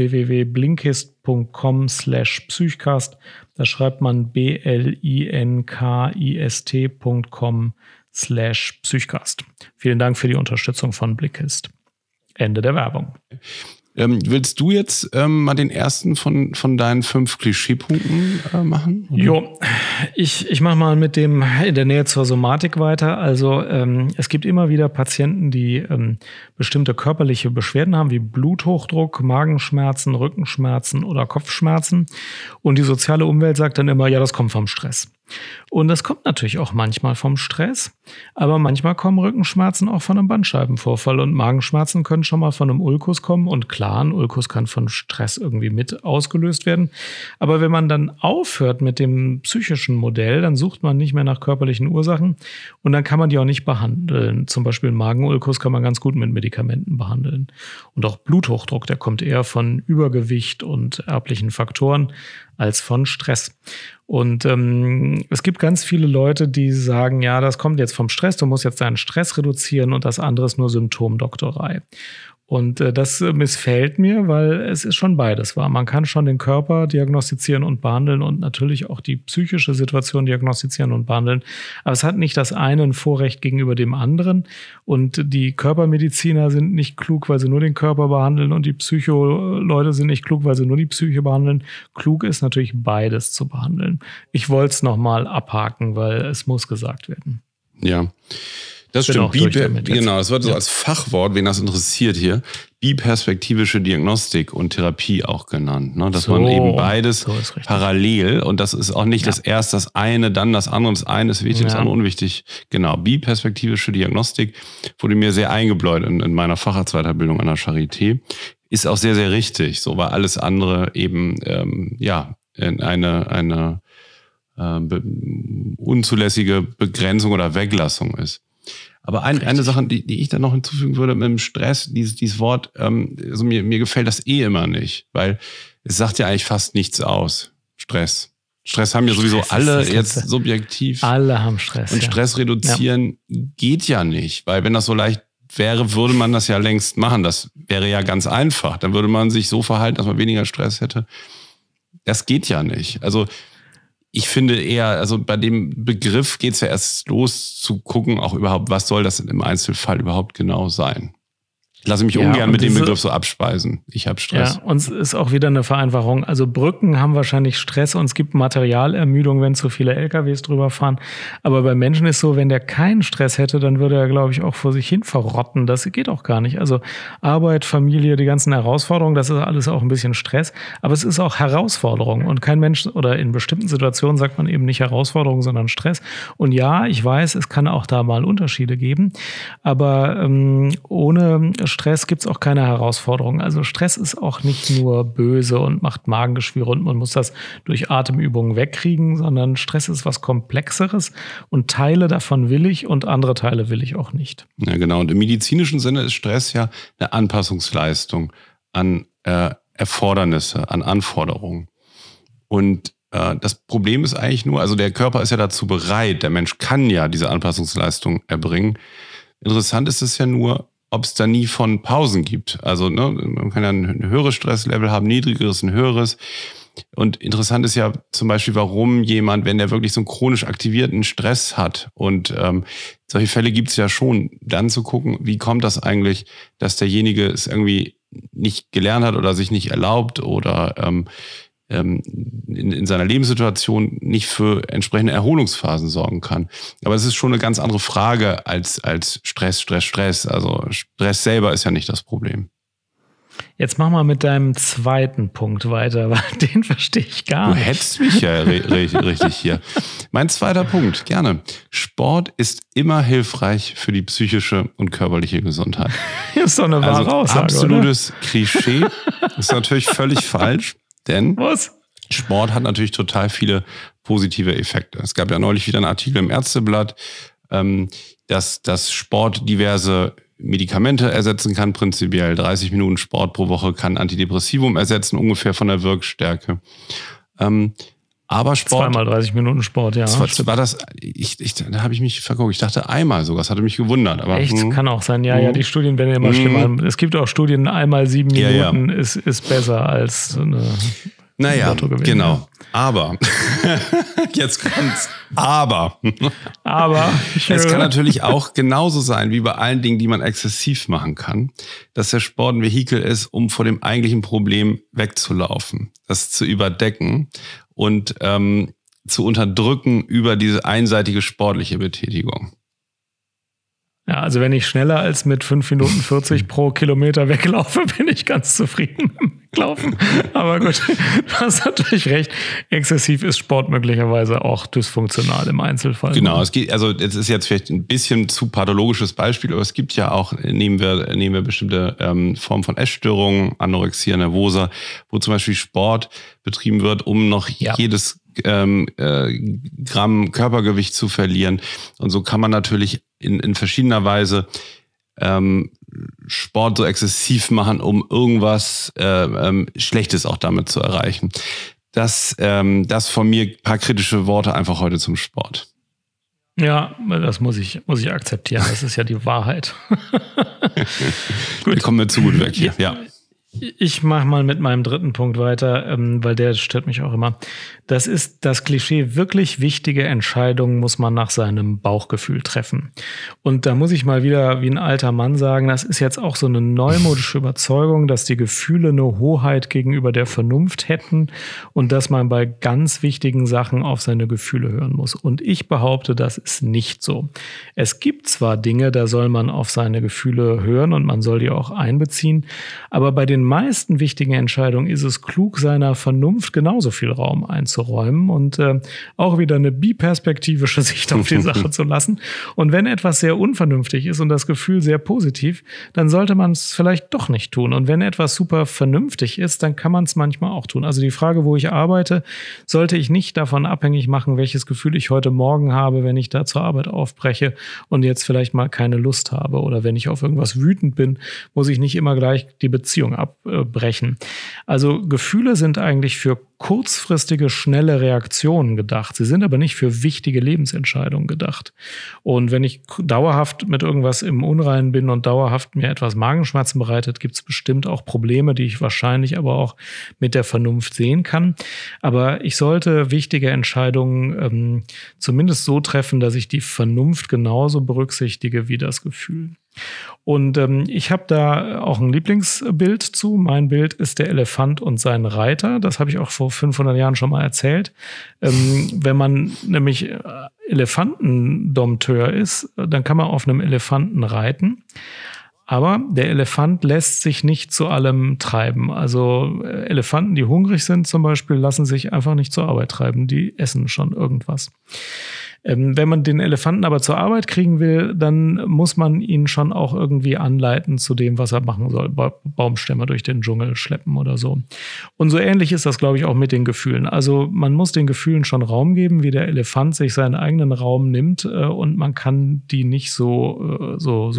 www.blinkist.com/psychcast. Da schreibt man blinkist.com/psychcast. Vielen Dank für die Unterstützung von Blinkist. Ende der Werbung. Willst du jetzt mal den ersten von deinen 5 Klischeepunkten machen? Oder? Jo, ich mache mal mit dem in der Nähe zur Somatik weiter. Also es gibt immer wieder Patienten, die bestimmte körperliche Beschwerden haben, wie Bluthochdruck, Magenschmerzen, Rückenschmerzen oder Kopfschmerzen. Und die soziale Umwelt sagt dann immer, ja, das kommt vom Stress. Und das kommt natürlich auch manchmal vom Stress, aber manchmal kommen Rückenschmerzen auch von einem Bandscheibenvorfall und Magenschmerzen können schon mal von einem Ulkus kommen und klar, ein Ulkus kann von Stress irgendwie mit ausgelöst werden. Aber wenn man dann aufhört mit dem psychischen Modell, dann sucht man nicht mehr nach körperlichen Ursachen und dann kann man die auch nicht behandeln. Zum Beispiel einen Magenulkus kann man ganz gut mit Medikamenten behandeln. Und auch Bluthochdruck, der kommt eher von Übergewicht und erblichen Faktoren als von Stress. Und es gibt ganz viele Leute, die sagen, ja, das kommt jetzt vom Stress, du musst jetzt deinen Stress reduzieren und das andere ist nur Symptomdoktorei. Und das missfällt mir, weil es ist schon beides wahr. Man kann schon den Körper diagnostizieren und behandeln und natürlich auch die psychische Situation diagnostizieren und behandeln. Aber es hat nicht das eine ein Vorrecht gegenüber dem anderen. Und die Körpermediziner sind nicht klug, weil sie nur den Körper behandeln und die Psycho-Leute sind nicht klug, weil sie nur die Psyche behandeln. Klug ist natürlich beides zu behandeln. Ich wollte es nochmal abhaken, weil es muss gesagt werden. Ja. Das Bin stimmt. auch durch damit jetzt. Genau, das wird so als Fachwort, wen das interessiert hier, biperspektivische Diagnostik und Therapie auch genannt. Ne? Dass man eben beides parallel, und das ist auch nicht das erste, das eine, dann das andere, das eine ist wichtig, das andere unwichtig. Genau, biperspektivische Diagnostik wurde mir sehr eingebläut in meiner Facharztweiterbildung an der Charité. Ist auch sehr, sehr richtig, so, weil alles andere eben eine unzulässige Begrenzung oder Weglassung ist. Aber eine Sache, die ich dann noch hinzufügen würde mit dem Stress, dieses Wort, also mir gefällt das immer nicht, weil es sagt ja eigentlich fast nichts aus. Stress haben ja sowieso alle jetzt subjektiv. Alle haben Stress. Und Stress reduzieren geht ja nicht, weil wenn das so leicht wäre, würde man das ja längst machen. Das wäre ja ganz einfach. Dann würde man sich so verhalten, dass man weniger Stress hätte. Das geht ja nicht. Also ich finde eher, also bei dem Begriff geht es ja erst los zu gucken, auch überhaupt, was soll das im Einzelfall überhaupt genau sein. Ich lasse mich ungern mit dem Begriff so abspeisen. Ich habe Stress. Ja, uns ist auch wieder eine Vereinfachung. Also Brücken haben wahrscheinlich Stress und es gibt Materialermüdung, wenn zu viele LKWs drüber fahren. Aber bei Menschen ist so, wenn der keinen Stress hätte, dann würde er, glaube ich, auch vor sich hin verrotten. Das geht auch gar nicht. Also Arbeit, Familie, die ganzen Herausforderungen, das ist alles auch ein bisschen Stress. Aber es ist auch Herausforderung. Und kein Mensch, oder in bestimmten Situationen sagt man eben nicht Herausforderung, sondern Stress. Und ja, ich weiß, es kann auch da mal Unterschiede geben. Aber ohne Stress gibt es auch keine Herausforderung. Also Stress ist auch nicht nur böse und macht Magengeschwüre und man muss das durch Atemübungen wegkriegen, sondern Stress ist was Komplexeres und Teile davon will ich und andere Teile will ich auch nicht. Ja, genau. Und im medizinischen Sinne ist Stress ja eine Anpassungsleistung an Erfordernisse, an Anforderungen. Und das Problem ist eigentlich nur, also der Körper ist ja dazu bereit, der Mensch kann ja diese Anpassungsleistung erbringen. Interessant ist es ja nur, ob es da nie von Pausen gibt. Also man kann ja ein höheres Stresslevel haben, niedrigeres, ein höheres. Und interessant ist ja zum Beispiel, warum jemand, wenn der wirklich so einen chronisch aktivierten Stress hat und solche Fälle gibt es ja schon, dann zu gucken, wie kommt das eigentlich, dass derjenige es irgendwie nicht gelernt hat oder sich nicht erlaubt oder in seiner Lebenssituation nicht für entsprechende Erholungsphasen sorgen kann. Aber es ist schon eine ganz andere Frage als Stress. Also Stress selber ist ja nicht das Problem. Jetzt mach mal mit deinem zweiten Punkt weiter, weil den verstehe ich gar nicht. Du hetzt mich ja richtig hier. Mein zweiter Punkt, gerne. Sport ist immer hilfreich für die psychische und körperliche Gesundheit. Das ist doch eine wahre Aussage, absolutes oder? Klischee. Ist natürlich völlig falsch. Denn was? Sport hat natürlich total viele positive Effekte. Es gab ja neulich wieder einen Artikel im Ärzteblatt, dass Sport diverse Medikamente ersetzen kann, prinzipiell. 30 Minuten Sport pro Woche kann Antidepressivum ersetzen, ungefähr von der Wirkstärke. Aber Sport... 30 Minuten Sport, ja. War das, da habe ich mich verguckt. Ich dachte einmal sogar, das hatte mich gewundert. Aber, echt? Kann auch sein. Ja, die Studien werden immer schlimmer. Es gibt auch Studien, einmal 7 Minuten ist besser als eine genau. Aber, jetzt kommt's. Aber es kann natürlich auch genauso sein, wie bei allen Dingen, die man exzessiv machen kann, dass der Sport ein Vehikel ist, um vor dem eigentlichen Problem wegzulaufen, das zu überdecken und zu unterdrücken über diese einseitige sportliche Betätigung. Ja, also wenn ich schneller als mit 5 Minuten 40 pro Kilometer weglaufe, bin ich ganz zufrieden mit Laufen. Aber gut, du hast natürlich recht. Exzessiv ist Sport möglicherweise auch dysfunktional im Einzelfall. Genau, es ist jetzt vielleicht ein bisschen zu pathologisches Beispiel, aber es gibt ja auch, nehmen wir bestimmte Formen von Essstörungen, Anorexia nervosa, wo zum Beispiel Sport betrieben wird, um noch jedes Gramm Körpergewicht zu verlieren. Und so kann man natürlich in verschiedener Weise Sport so exzessiv machen, um irgendwas Schlechtes auch damit zu erreichen. Das von mir ein paar kritische Worte einfach heute zum Sport. Ja, das muss ich akzeptieren. Das ist ja die Wahrheit. Gut. Wir kommen zu gut weg hier. Ja. Ich mache mal mit meinem dritten Punkt weiter, weil der stört mich auch immer. Das ist das Klischee, wirklich wichtige Entscheidungen muss man nach seinem Bauchgefühl treffen. Und da muss ich mal wieder wie ein alter Mann sagen, das ist jetzt auch so eine neumodische Überzeugung, dass die Gefühle eine Hoheit gegenüber der Vernunft hätten und dass man bei ganz wichtigen Sachen auf seine Gefühle hören muss. Und ich behaupte, das ist nicht so. Es gibt zwar Dinge, da soll man auf seine Gefühle hören und man soll die auch einbeziehen, aber bei den meisten wichtigen Entscheidungen ist es klug, seiner Vernunft genauso viel Raum einzuräumen und auch wieder eine biperspektivische Sicht auf die Sache zu lassen. Und wenn etwas sehr unvernünftig ist und das Gefühl sehr positiv, dann sollte man es vielleicht doch nicht tun. Und wenn etwas super vernünftig ist, dann kann man es manchmal auch tun. Also die Frage, wo ich arbeite, sollte ich nicht davon abhängig machen, welches Gefühl ich heute Morgen habe, wenn ich da zur Arbeit aufbreche und jetzt vielleicht mal keine Lust habe. Oder wenn ich auf irgendwas wütend bin, muss ich nicht immer gleich die Beziehung abbrechen. Also Gefühle sind eigentlich für kurzfristige, schnelle Reaktionen gedacht. Sie sind aber nicht für wichtige Lebensentscheidungen gedacht. Und wenn ich dauerhaft mit irgendwas im Unreinen bin und dauerhaft mir etwas Magenschmerzen bereitet, gibt es bestimmt auch Probleme, die ich wahrscheinlich aber auch mit der Vernunft sehen kann. Aber ich sollte wichtige Entscheidungen zumindest so treffen, dass ich die Vernunft genauso berücksichtige wie das Gefühl. Und ich habe da auch ein Lieblingsbild zu. Mein Bild ist der Elefant und sein Reiter. Das habe ich auch vor 500 Jahren schon mal erzählt. Wenn man nämlich Elefantendompteur ist, dann kann man auf einem Elefanten reiten. Aber der Elefant lässt sich nicht zu allem treiben. Also Elefanten, die hungrig sind zum Beispiel, lassen sich einfach nicht zur Arbeit treiben. Die essen schon irgendwas. Wenn man den Elefanten aber zur Arbeit kriegen will, dann muss man ihn schon auch irgendwie anleiten zu dem, was er machen soll. Baumstämme durch den Dschungel schleppen oder so. Und so ähnlich ist das, glaube ich, auch mit den Gefühlen. Also man muss den Gefühlen schon Raum geben, wie der Elefant sich seinen eigenen Raum nimmt, und man kann die nicht so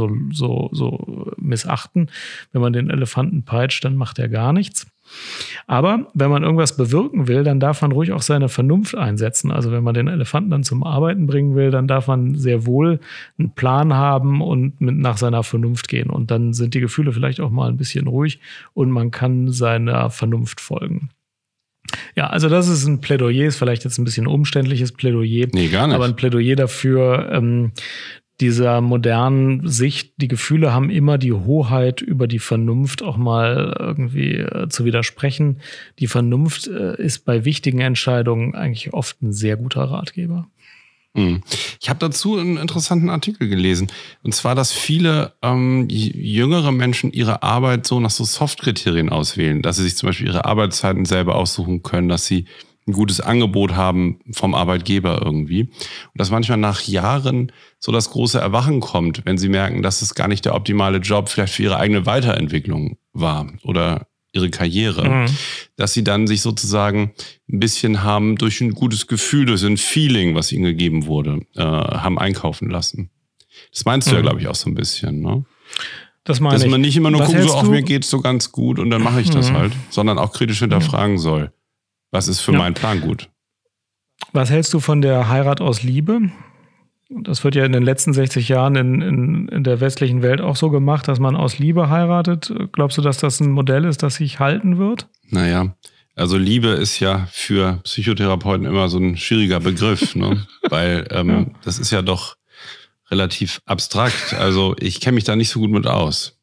missachten. Wenn man den Elefanten peitscht, dann macht er gar nichts. Aber wenn man irgendwas bewirken will, dann darf man ruhig auch seine Vernunft einsetzen. Also wenn man den Elefanten dann zum Arbeiten bringen will, dann darf man sehr wohl einen Plan haben und nach seiner Vernunft gehen. Und dann sind die Gefühle vielleicht auch mal ein bisschen ruhig und man kann seiner Vernunft folgen. Ja, also das ist ein Plädoyer, ist vielleicht jetzt ein bisschen umständliches Plädoyer. Nee, gar nicht. Aber ein Plädoyer dafür, dieser modernen Sicht, die Gefühle haben immer die Hoheit über die Vernunft auch mal irgendwie zu widersprechen. Die Vernunft ist bei wichtigen Entscheidungen eigentlich oft ein sehr guter Ratgeber. Ich habe dazu einen interessanten Artikel gelesen. Und zwar, dass viele jüngere Menschen ihre Arbeit so nach so Soft-Kriterien auswählen, dass sie sich zum Beispiel ihre Arbeitszeiten selber aussuchen können, dass sie ein gutes Angebot haben vom Arbeitgeber irgendwie. Und dass manchmal nach Jahren so das große Erwachen kommt, wenn sie merken, dass es gar nicht der optimale Job vielleicht für ihre eigene Weiterentwicklung war oder ihre Karriere, dass sie dann sich sozusagen ein bisschen haben durch ein gutes Gefühl, durch ein Feeling, was ihnen gegeben wurde, haben einkaufen lassen. Das meinst du ja, glaube ich, auch so ein bisschen, ne? Das meine Dass man nicht immer nur Was gucken, so, hältst ach, du? mir geht's so ganz gut und dann mache ich das halt, sondern auch kritisch hinterfragen soll. Was ist für meinen Plan gut? Was hältst du von der Heirat aus Liebe? Das wird ja in den letzten 60 Jahren in der westlichen Welt auch so gemacht, dass man aus Liebe heiratet. Glaubst du, dass das ein Modell ist, das sich halten wird? Naja, also Liebe ist ja für Psychotherapeuten immer so ein schwieriger Begriff, ne? Weil das ist ja doch relativ abstrakt. Also ich kenne mich da nicht so gut mit aus.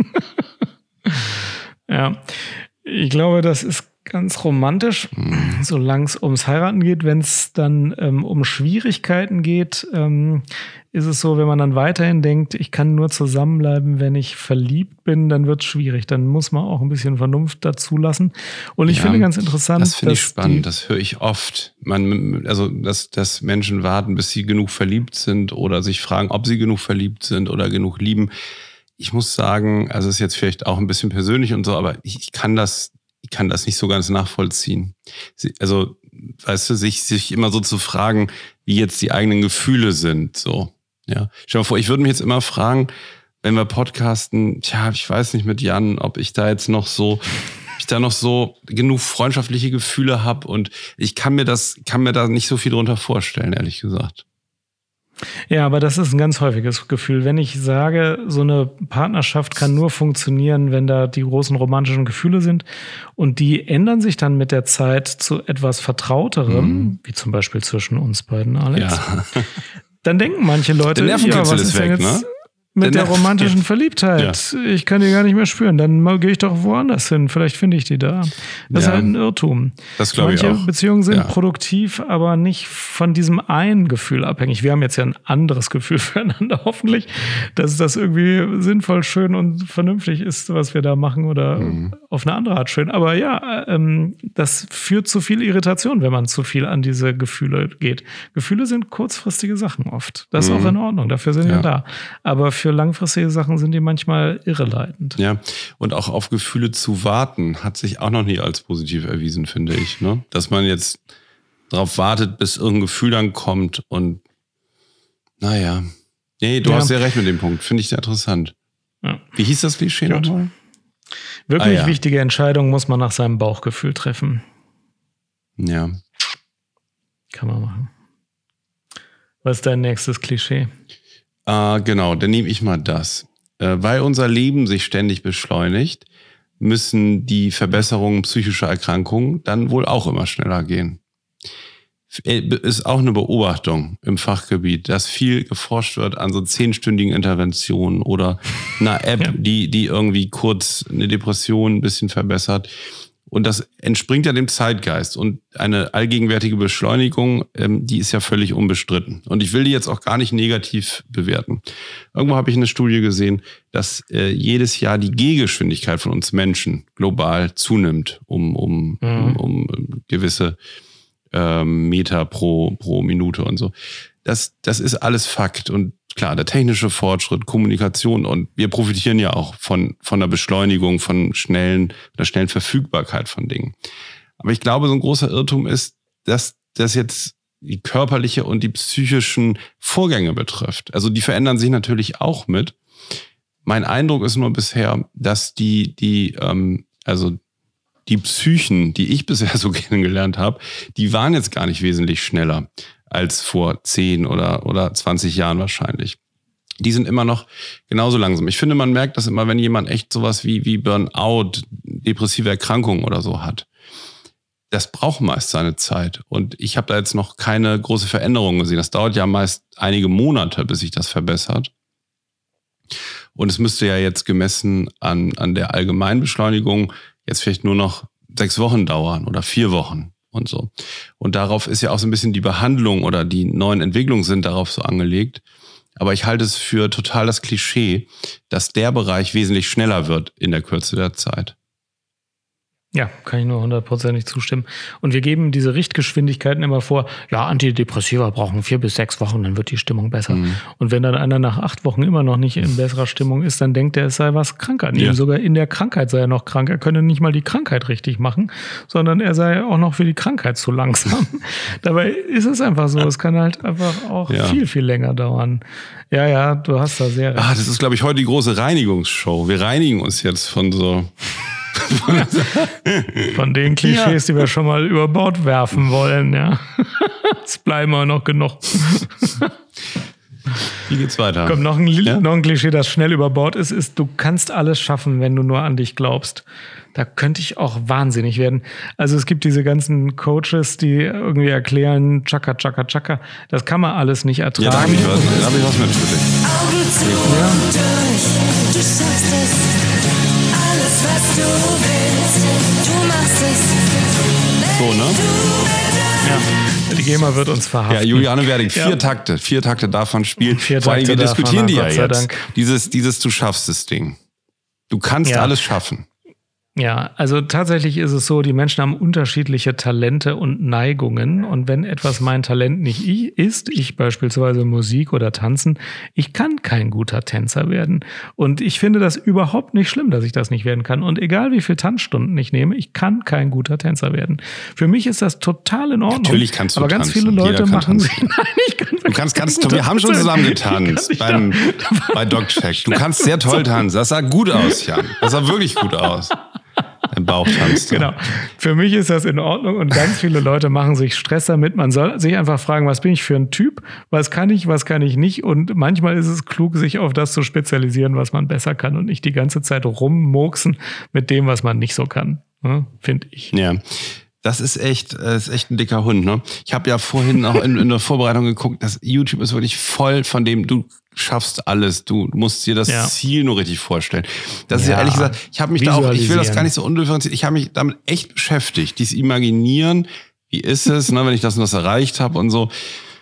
Ja, ich glaube, das ist ganz romantisch, solange es ums Heiraten geht. Wenn es dann um Schwierigkeiten geht, ist es so, wenn man dann weiterhin denkt, ich kann nur zusammenbleiben, wenn ich verliebt bin, dann wird es schwierig. Dann muss man auch ein bisschen Vernunft dazu lassen. Und ich finde ganz interessant, das finde ich spannend, das höre ich oft. Dass Menschen warten, bis sie genug verliebt sind oder sich fragen, ob sie genug verliebt sind oder genug lieben. Ich muss sagen, also es ist jetzt vielleicht auch ein bisschen persönlich und so, aber ich kann das nicht so ganz nachvollziehen. Also, weißt du, sich immer so zu fragen, wie jetzt die eigenen Gefühle sind, so. Ja. Stell dir mal vor, ich würde mich jetzt immer fragen, wenn wir podcasten, ich weiß nicht mit Jan, ob ich da noch so genug freundschaftliche Gefühle habe und ich kann mir da nicht so viel drunter vorstellen, ehrlich gesagt. Ja, aber das ist ein ganz häufiges Gefühl. Wenn ich sage, so eine Partnerschaft kann nur funktionieren, wenn da die großen romantischen Gefühle sind und die ändern sich dann mit der Zeit zu etwas Vertrauterem, wie zum Beispiel zwischen uns beiden, Alex, dann denken manche Leute, der Nervenkitzel ist weg, ne? Mit der romantischen Verliebtheit. Ja. Ich kann die gar nicht mehr spüren. Dann gehe ich doch woanders hin. Vielleicht finde ich die da. Das ist halt ein Irrtum. Das glaube ich auch. Manche Beziehungen sind produktiv, aber nicht von diesem einen Gefühl abhängig. Wir haben jetzt ja ein anderes Gefühl füreinander, hoffentlich, dass das irgendwie sinnvoll, schön und vernünftig ist, was wir da machen oder auf eine andere Art schön. Aber ja, das führt zu viel Irritation, wenn man zu viel an diese Gefühle geht. Gefühle sind kurzfristige Sachen oft. Das ist auch in Ordnung. Dafür sind wir da. Aber für langfristige Sachen sind die manchmal irreleitend. Ja, und auch auf Gefühle zu warten, hat sich auch noch nie als positiv erwiesen, finde ich. Ne? Dass man jetzt darauf wartet, bis irgendein Gefühl dann kommt und naja. Nee, du hast sehr recht mit dem Punkt. Finde ich sehr interessant. Ja. Wie hieß das Klischee nochmal? Wirklich wichtige Entscheidungen muss man nach seinem Bauchgefühl treffen. Ja. Kann man machen. Was ist dein nächstes Klischee? Genau, dann nehme ich mal das. Weil unser Leben sich ständig beschleunigt, müssen die Verbesserungen psychischer Erkrankungen dann wohl auch immer schneller gehen. Ist auch eine Beobachtung im Fachgebiet, dass viel geforscht wird an so 10-stündigen Interventionen oder einer App, die irgendwie kurz eine Depression ein bisschen verbessert. Und das entspringt ja dem Zeitgeist. Und eine allgegenwärtige Beschleunigung, die ist ja völlig unbestritten. Und ich will die jetzt auch gar nicht negativ bewerten. Irgendwo habe ich eine Studie gesehen, dass jedes Jahr die Gehgeschwindigkeit von uns Menschen global zunimmt um gewisse Meter pro Minute und so. Das ist alles Fakt. Und klar, der technische Fortschritt, Kommunikation und wir profitieren ja auch von der Beschleunigung, von der schnellen Verfügbarkeit von Dingen. Aber ich glaube, so ein großer Irrtum ist, dass das jetzt die körperliche und die psychischen Vorgänge betrifft. Also die verändern sich natürlich auch mit. Mein Eindruck ist nur bisher, dass die Psychen, die ich bisher so kennengelernt habe, die waren jetzt gar nicht wesentlich schneller als vor 10 oder 20 Jahren wahrscheinlich. Die sind immer noch genauso langsam. Ich finde, man merkt das immer, wenn jemand echt sowas wie Burnout, depressive Erkrankungen oder so hat. Das braucht meist seine Zeit. Und ich habe da jetzt noch keine große Veränderung gesehen. Das dauert ja meist einige Monate, bis sich das verbessert. Und es müsste ja jetzt gemessen an der Allgemeinbeschleunigung jetzt vielleicht nur noch 6 Wochen dauern oder 4 Wochen. Und so. Und darauf ist ja auch so ein bisschen die Behandlung oder die neuen Entwicklungen sind darauf so angelegt. Aber ich halte es für total das Klischee, dass der Bereich wesentlich schneller wird in der Kürze der Zeit. Ja, kann ich nur 100% zustimmen. Und wir geben diese Richtgeschwindigkeiten immer vor, ja, Antidepressiva brauchen 4 bis 6 Wochen, dann wird die Stimmung besser. Und wenn dann einer nach 8 Wochen immer noch nicht in besserer Stimmung ist, dann denkt er, es sei was krank an ihm. Sogar in der Krankheit sei er noch krank. Er könne nicht mal die Krankheit richtig machen, sondern er sei auch noch für die Krankheit zu langsam. Dabei ist es einfach so. Es kann halt einfach auch viel, viel länger dauern. Ja, du hast da sehr recht. Das ist, glaube ich, heute die große Reinigungsshow. Wir reinigen uns jetzt von so... Von den Klischees, die wir schon mal über Bord werfen wollen, ja. Es bleiben auch noch genug. Wie geht's weiter? Kommt noch ein Klischee, das schnell über Bord ist, du kannst alles schaffen, wenn du nur an dich glaubst. Da könnte ich auch wahnsinnig werden. Also es gibt diese ganzen Coaches, die irgendwie erklären, Chaka, Chaka, Chaka. Das kann man alles nicht ertragen. Ja, da habe ich was mit für dich. Augen zu und durch, du schaffst es. Alles, was du willst, du machst es. So, ne? Ja, die GEMA wird uns verhaften. Ja, Juliane Werding, 4 Takte davon spielen. 4 Vor allem, wir Takte diskutieren die ja Gott sei jetzt. Dank. Dieses du schaffst das Ding. Du kannst alles schaffen. Ja, also tatsächlich ist es so, die Menschen haben unterschiedliche Talente und Neigungen. Und wenn etwas mein Talent nicht ist, ich beispielsweise Musik oder Tanzen, ich kann kein guter Tänzer werden. Und ich finde das überhaupt nicht schlimm, dass ich das nicht werden kann. Und egal wie viele Tanzstunden ich nehme, ich kann kein guter Tänzer werden. Für mich ist das total in Ordnung. Natürlich kannst du aber ganz tanzen. viele Leute machen Nein, ich kann du kannst ganz toll. Wir haben schon zusammen getanzt bei DocCheck. Du kannst sehr toll tanzen. Das sah gut aus, Jan. Das sah wirklich gut aus. Ein Bauchtanz. Genau. Für mich ist das in Ordnung und ganz viele Leute machen sich Stress damit. Man soll sich einfach fragen, was bin ich für ein Typ? Was kann ich nicht? Und manchmal ist es klug, sich auf das zu spezialisieren, was man besser kann und nicht die ganze Zeit rummurksen mit dem, was man nicht so kann. Finde ich. Ja. Das ist echt ein dicker Hund, ne? Ich habe ja vorhin auch in der Vorbereitung geguckt, dass YouTube ist wirklich voll von dem, du schaffst alles, du musst dir das Ziel nur richtig vorstellen. Das ist ja ehrlich gesagt, ich will das gar nicht so undifferenziert, ich habe mich damit echt beschäftigt, dieses Imaginieren, wie ist es, ne, wenn ich das und das erreicht habe und so.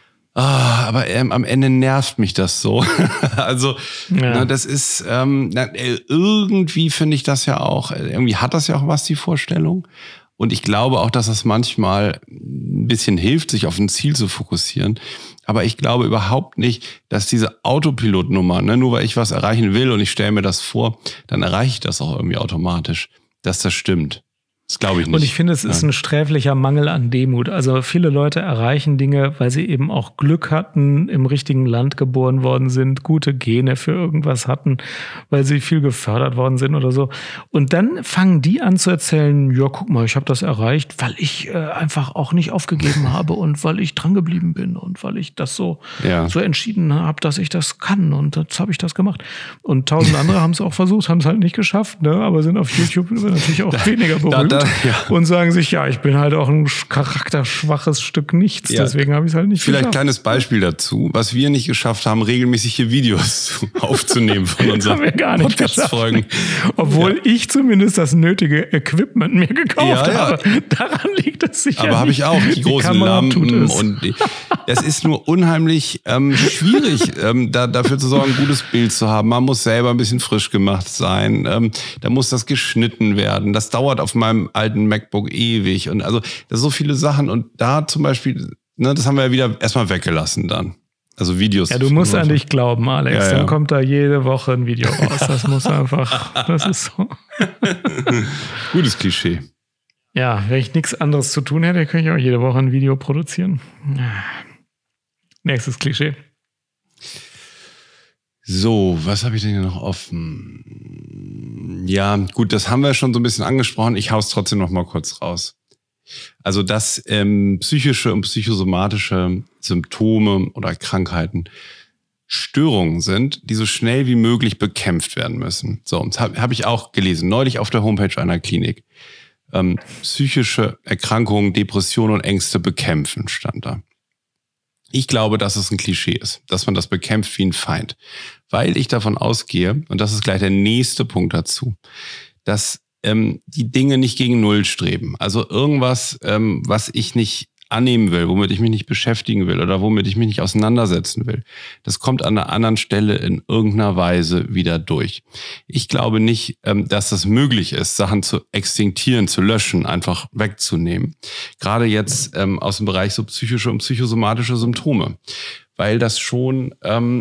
Aber am Ende nervt mich das so. Also, das ist, irgendwie finde ich das ja auch, irgendwie hat das ja auch was, die Vorstellung. Und ich glaube auch, dass das manchmal ein bisschen hilft, sich auf ein Ziel zu fokussieren. Aber ich glaube überhaupt nicht, dass diese Autopilotnummer, ne, nur weil ich was erreichen will und ich stelle mir das vor, dann erreiche ich das auch irgendwie automatisch, dass das stimmt. Das glaube ich nicht. Und ich finde, es ist ein sträflicher Mangel an Demut. Also viele Leute erreichen Dinge, weil sie eben auch Glück hatten, im richtigen Land geboren worden sind, gute Gene für irgendwas hatten, weil sie viel gefördert worden sind oder so. Und dann fangen die an zu erzählen, ja, guck mal, ich habe das erreicht, weil ich einfach auch nicht aufgegeben habe und weil ich dran geblieben bin und weil ich das so entschieden habe, dass ich das kann und jetzt habe ich das gemacht. Und 1000 andere haben es auch versucht, haben es halt nicht geschafft, ne? Aber sind auf YouTube natürlich auch weniger berühmt. Und sagen sich, ja, ich bin halt auch ein charakterschwaches Stück Nichts, deswegen habe ich es halt nicht Vielleicht geschafft. Kleines Beispiel dazu, was wir nicht geschafft haben, regelmäßig hier Videos aufzunehmen von unseren Podcast-Folgen. Obwohl ich zumindest das nötige Equipment mir gekauft habe. Daran liegt es sicher. Aber habe ich auch, die großen Lampen und es ist nur unheimlich schwierig, dafür zu sorgen, ein gutes Bild zu haben. Man muss selber ein bisschen frisch gemacht sein. Da muss das geschnitten werden. Das dauert auf meinem alten MacBook ewig. Und also, das sind so viele Sachen. Und da zum Beispiel, ne, das haben wir ja wieder erstmal weggelassen dann. Also Videos. Ja, du musst an dich glauben, Alex. Dann kommt da jede Woche ein Video raus. Das muss einfach, das ist so. Gutes Klischee. Ja, wenn ich nichts anderes zu tun hätte, könnte ich auch jede Woche ein Video produzieren. Nächstes Klischee. So, was habe ich denn hier noch offen? Ja, gut, das haben wir schon so ein bisschen angesprochen. Ich hau's trotzdem noch mal kurz raus. Also, dass psychische und psychosomatische Symptome oder Krankheiten Störungen sind, die so schnell wie möglich bekämpft werden müssen. So, das hab ich auch gelesen, neulich auf der Homepage einer Klinik. Psychische Erkrankungen, Depressionen und Ängste bekämpfen, stand da. Ich glaube, dass es ein Klischee ist, dass man das bekämpft wie ein Feind. Weil ich davon ausgehe, und das ist gleich der nächste Punkt dazu, dass die Dinge nicht gegen Null streben. Also irgendwas, was ich nicht annehmen will, womit ich mich nicht beschäftigen will oder womit ich mich nicht auseinandersetzen will. Das kommt an einer anderen Stelle in irgendeiner Weise wieder durch. Ich glaube nicht, dass das möglich ist, Sachen zu extinktieren, zu löschen, einfach wegzunehmen. Gerade jetzt aus dem Bereich so psychische und psychosomatische Symptome. Weil das schon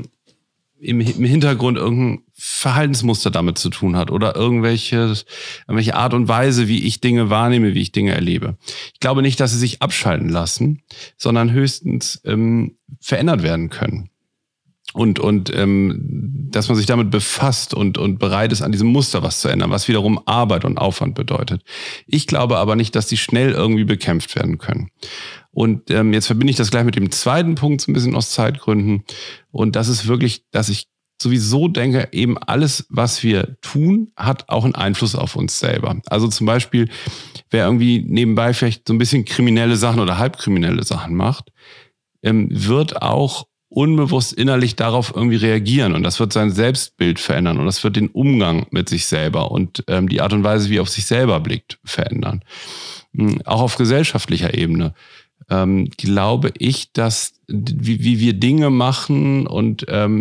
im Hintergrund irgendein Verhaltensmuster damit zu tun hat oder irgendwelche Art und Weise, wie ich Dinge wahrnehme, wie ich Dinge erlebe. Ich glaube nicht, dass sie sich abschalten lassen, sondern höchstens verändert werden können. Und dass man sich damit befasst und bereit ist, an diesem Muster was zu ändern, was wiederum Arbeit und Aufwand bedeutet. Ich glaube aber nicht, dass die schnell irgendwie bekämpft werden können. Und jetzt verbinde ich das gleich mit dem zweiten Punkt, so ein bisschen aus Zeitgründen. Und das ist wirklich, dass ich sowieso denke, eben alles, was wir tun, hat auch einen Einfluss auf uns selber. Also zum Beispiel, wer irgendwie nebenbei vielleicht so ein bisschen kriminelle Sachen oder halbkriminelle Sachen macht, wird auch unbewusst innerlich darauf irgendwie reagieren. Und das wird sein Selbstbild verändern. Und das wird den Umgang mit sich selber und die Art und Weise, wie er auf sich selber blickt, verändern. Auch auf gesellschaftlicher Ebene. Glaube ich, dass wie wir Dinge machen und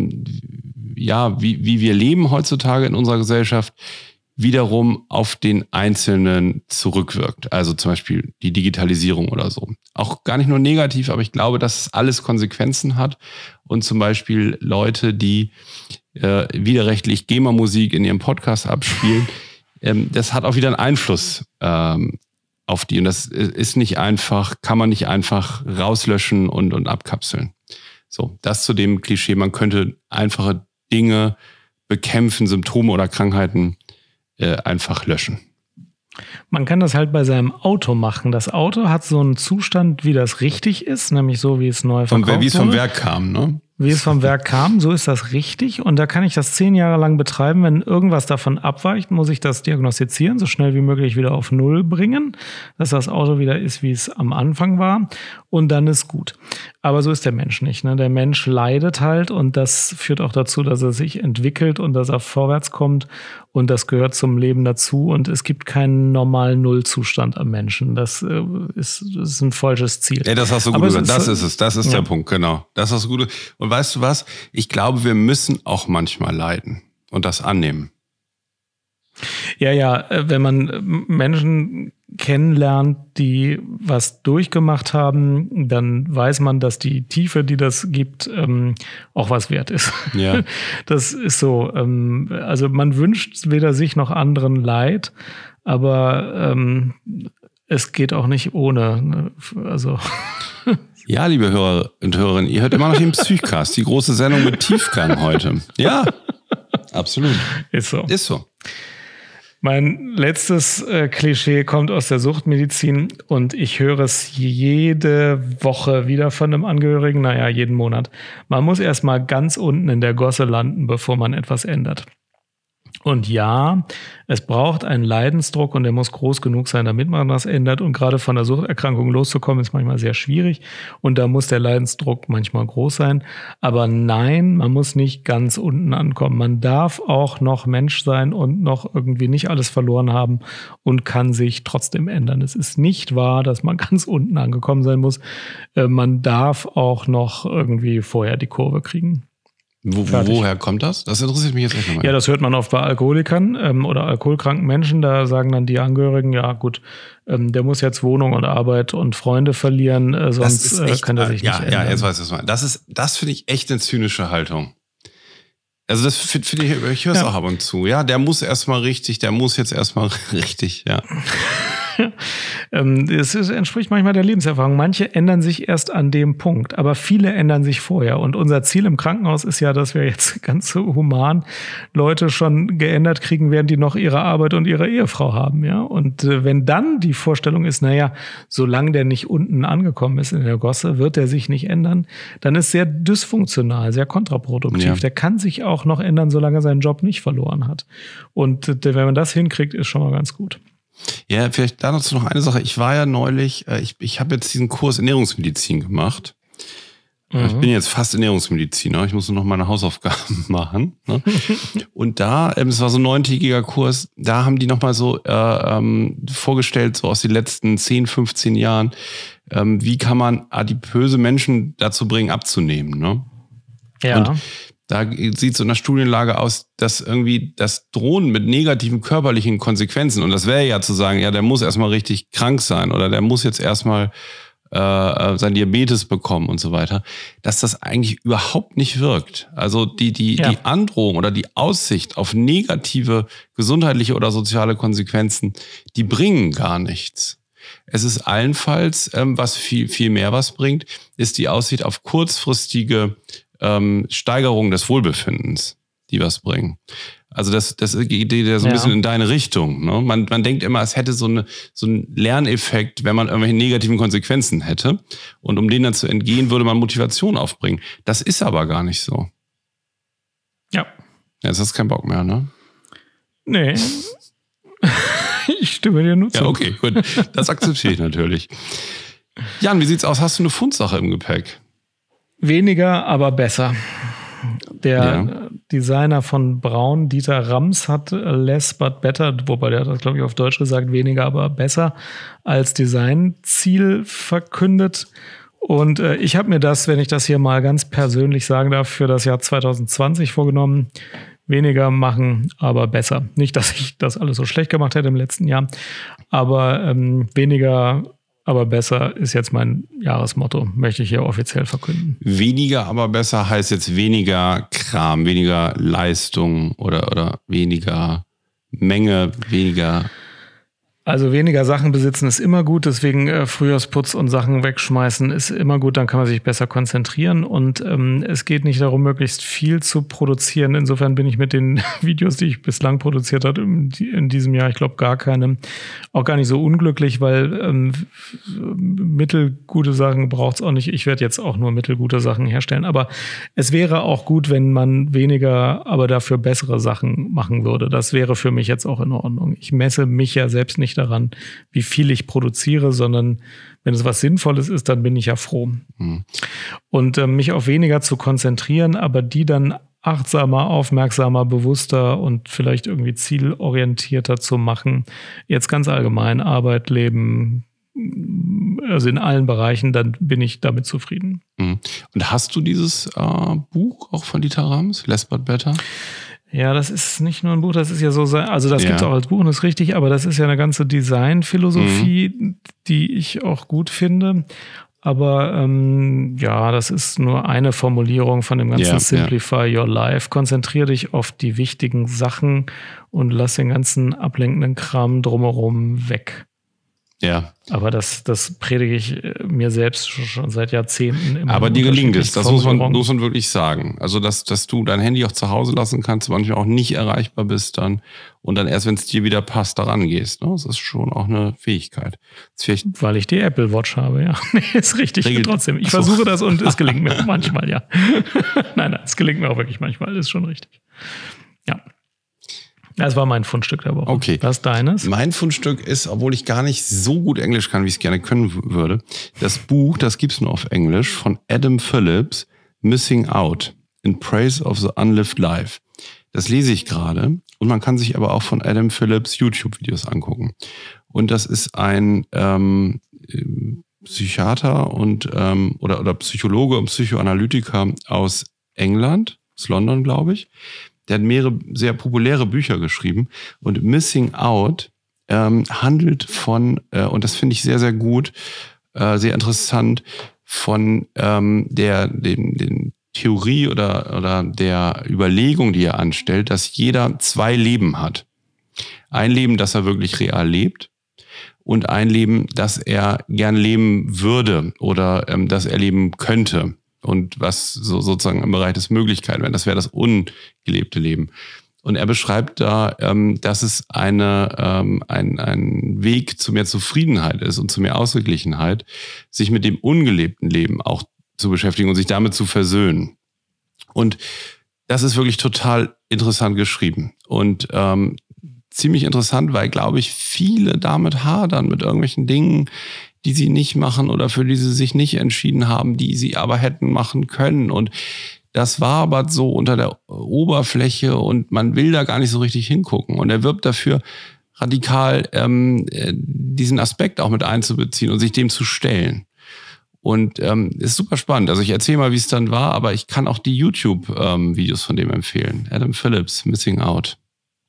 wie wir leben heutzutage in unserer Gesellschaft wiederum auf den Einzelnen zurückwirkt. Also zum Beispiel die Digitalisierung oder so. Auch gar nicht nur negativ, aber ich glaube, dass es alles Konsequenzen hat und zum Beispiel Leute, die widerrechtlich GEMA-Musik in ihrem Podcast abspielen, das hat auch wieder einen Einfluss auf die. Und das ist nicht einfach, kann man nicht einfach rauslöschen und abkapseln. So, das zu dem Klischee, man könnte einfache Dinge bekämpfen, Symptome oder Krankheiten einfach löschen. Man kann das halt bei seinem Auto machen. Das Auto hat so einen Zustand, wie das richtig ist, nämlich so, wie es neu verkauft wurde. Wie es vom Werk kam, ne? Wie es vom Werk kam, so ist das richtig. Und da kann ich das 10 Jahre lang betreiben. Wenn irgendwas davon abweicht, muss ich das diagnostizieren, so schnell wie möglich wieder auf Null bringen, dass das Auto wieder ist, wie es am Anfang war. Und dann ist gut. Aber so ist der Mensch nicht. Ne? Der Mensch leidet halt und das führt auch dazu, dass er sich entwickelt und dass er vorwärts kommt. Und das gehört zum Leben dazu. Und es gibt keinen normalen Nullzustand am Menschen. Das ist ein falsches Ziel. Ja, das hast du gut gesagt. Das ist es. Das ist der Punkt, genau. Das hast du gut. Und weißt du was? Ich glaube, wir müssen auch manchmal leiden und das annehmen. Ja, wenn man Menschen kennenlernt, die was durchgemacht haben, dann weiß man, dass die Tiefe, die das gibt, auch was wert ist. Ja. Das ist so. Also man wünscht weder sich noch anderen Leid, aber es geht auch nicht ohne. Also ja, liebe Hörer und Hörerinnen, ihr hört immer noch den Psychcast, die große Sendung mit Tiefgang heute. Ja, absolut. Ist so. Ist so. Mein letztes Klischee kommt aus der Suchtmedizin und ich höre es jede Woche wieder von einem Angehörigen, jeden Monat. Man muss erstmal ganz unten in der Gosse landen, bevor man etwas ändert. Und ja, es braucht einen Leidensdruck und der muss groß genug sein, damit man das ändert. Und gerade von der Suchterkrankung loszukommen, ist manchmal sehr schwierig. Und da muss der Leidensdruck manchmal groß sein. Aber nein, man muss nicht ganz unten ankommen. Man darf auch noch Mensch sein und noch irgendwie nicht alles verloren haben und kann sich trotzdem ändern. Es ist nicht wahr, dass man ganz unten angekommen sein muss. Man darf auch noch irgendwie vorher die Kurve kriegen. Woher kommt das? Das interessiert mich jetzt echt nochmal. Ja, das hört man oft bei Alkoholikern oder alkoholkranken Menschen. Da sagen dann die Angehörigen, ja gut, der muss jetzt Wohnung und Arbeit und Freunde verlieren, sonst kann er sich nicht ändern. Ja, jetzt weiß ich es mal. Das finde ich echt eine zynische Haltung. Also das finde ich höre es auch ab und zu. Ja, der muss jetzt erstmal richtig, ja. Es entspricht manchmal der Lebenserfahrung. Manche ändern sich erst an dem Punkt, aber viele ändern sich vorher. Und unser Ziel im Krankenhaus ist ja, dass wir jetzt ganz so human Leute schon geändert kriegen, während die noch ihre Arbeit und ihre Ehefrau haben. Ja? Und wenn dann die Vorstellung ist, solange der nicht unten angekommen ist in der Gosse, wird er sich nicht ändern, dann ist sehr dysfunktional, sehr kontraproduktiv. Ja. Der kann sich auch noch ändern, solange er seinen Job nicht verloren hat. Und wenn man das hinkriegt, ist schon mal ganz gut. Ja, vielleicht dazu noch eine Sache. Ich war ja neulich, ich habe jetzt diesen Kurs Ernährungsmedizin gemacht. Ich bin jetzt fast Ernährungsmediziner. Ich muss nur noch meine Hausaufgaben machen. Ne? Und da, es war so ein 9-tägiger Kurs, da haben die nochmal so vorgestellt, so aus den letzten 10, 15 Jahren, wie kann man adipöse Menschen dazu bringen, abzunehmen. Ne? Ja. Und da sieht so in der Studienlage aus, dass irgendwie das Drohen mit negativen körperlichen Konsequenzen, und das wäre ja zu sagen, ja, der muss erstmal richtig krank sein oder der muss jetzt erstmal sein Diabetes bekommen und so weiter, dass das eigentlich überhaupt nicht wirkt. Also die Androhung oder die Aussicht auf negative gesundheitliche oder soziale Konsequenzen, die bringen gar nichts. Es ist allenfalls, was viel mehr was bringt, ist die Aussicht auf kurzfristige Steigerung des Wohlbefindens, die was bringen. Also das geht ja so ein bisschen in deine Richtung. Ne? Man denkt immer, es hätte so einen Lerneffekt, wenn man irgendwelche negativen Konsequenzen hätte. Und um denen dann zu entgehen, würde man Motivation aufbringen. Das ist aber gar nicht so. Ja. Jetzt hast du keinen Bock mehr, ne? Nee. Ich stimme dir nur zu. Ja, okay, gut. Das akzeptiere ich natürlich. Jan, wie sieht's aus? Hast du eine Fundsache im Gepäck? Weniger, aber besser. Der Designer von Braun, Dieter Rams, hat less but better, wobei der hat das, glaube ich, auf Deutsch gesagt, weniger, aber besser als Designziel verkündet. Und ich habe mir das, wenn ich das hier mal ganz persönlich sagen darf, für das Jahr 2020 vorgenommen. Weniger machen, aber besser. Nicht, dass ich das alles so schlecht gemacht hätte im letzten Jahr, aber weniger, aber besser ist jetzt mein Jahresmotto, möchte ich hier offiziell verkünden. Weniger, aber besser heißt jetzt weniger Kram, weniger Leistung oder weniger Menge, weniger... Also weniger Sachen besitzen ist immer gut, deswegen Frühjahrsputz und Sachen wegschmeißen ist immer gut, dann kann man sich besser konzentrieren und es geht nicht darum, möglichst viel zu produzieren. Insofern bin ich mit den Videos, die ich bislang produziert habe in diesem Jahr, ich glaube gar keine, auch gar nicht so unglücklich, weil mittelgute Sachen braucht es auch nicht. Ich werde jetzt auch nur mittelgute Sachen herstellen, aber es wäre auch gut, wenn man weniger, aber dafür bessere Sachen machen würde. Das wäre für mich jetzt auch in Ordnung. Ich messe mich ja selbst nicht daran, wie viel ich produziere, sondern wenn es was Sinnvolles ist, dann bin ich ja froh. Und mich auf weniger zu konzentrieren, aber die dann achtsamer, aufmerksamer, bewusster und vielleicht irgendwie zielorientierter zu machen. Jetzt ganz allgemein, Arbeit, Leben, also in allen Bereichen, dann bin ich damit zufrieden. Und hast du dieses Buch auch von Dieter Rams, Less But Better? Ja, das ist nicht nur ein Buch, das ist ja so, also das gibt es auch als Buch und das ist richtig, aber das ist ja eine ganze Designphilosophie, die ich auch gut finde. Aber das ist nur eine Formulierung von dem ganzen Simplify Your Life. Konzentriere dich auf die wichtigen Sachen und lass den ganzen ablenkenden Kram drumherum weg. Ja. Aber das predige ich mir selbst schon seit Jahrzehnten immer. Aber dir gelingt es, das muss man wirklich sagen. Also, dass du dein Handy auch zu Hause lassen kannst, manchmal auch nicht erreichbar bist dann und dann erst, wenn es dir wieder passt, daran gehst. Ne? Das ist schon auch eine Fähigkeit. Weil ich die Apple Watch habe, ja. Nee, ist richtig. Trotzdem. Ich versuche das und es gelingt mir manchmal, ja. Nein, es gelingt mir auch wirklich manchmal. Das ist schon richtig. Ja. Das war mein Fundstück der Woche. Okay. Was ist deines? Mein Fundstück ist, obwohl ich gar nicht so gut Englisch kann, wie ich es gerne können würde, das Buch, das gibt's nur auf Englisch, von Adam Phillips, Missing Out, in Praise of the Unlived Life. Das lese ich gerade und man kann sich aber auch von Adam Phillips YouTube-Videos angucken. Und das ist ein Psychiater und oder Psychologe und Psychoanalytiker aus England, aus London, glaube ich. Der hat mehrere sehr populäre Bücher geschrieben und Missing Out handelt von, und das finde ich sehr, sehr gut, sehr interessant, von den Theorie oder der Überlegung, die er anstellt, dass jeder 2 Leben hat. Ein Leben, das er wirklich real lebt und ein Leben, das er gern leben würde oder das er leben könnte. Und was so sozusagen im Bereich des Möglichkeiten wäre, das wäre das ungelebte Leben. Und er beschreibt da, dass es ein Weg zu mehr Zufriedenheit ist und zu mehr Ausgeglichenheit, sich mit dem ungelebten Leben auch zu beschäftigen und sich damit zu versöhnen. Und das ist wirklich total interessant geschrieben. Und ziemlich interessant, weil, glaube ich, viele damit hadern mit irgendwelchen Dingen, die sie nicht machen oder für die sie sich nicht entschieden haben, die sie aber hätten machen können. Und das war aber so unter der Oberfläche und man will da gar nicht so richtig hingucken. Und er wirbt dafür, radikal diesen Aspekt auch mit einzubeziehen und sich dem zu stellen. Und ist super spannend. Also ich erzähle mal, wie es dann war, aber ich kann auch die YouTube-Videos von dem empfehlen. Adam Phillips, Missing Out.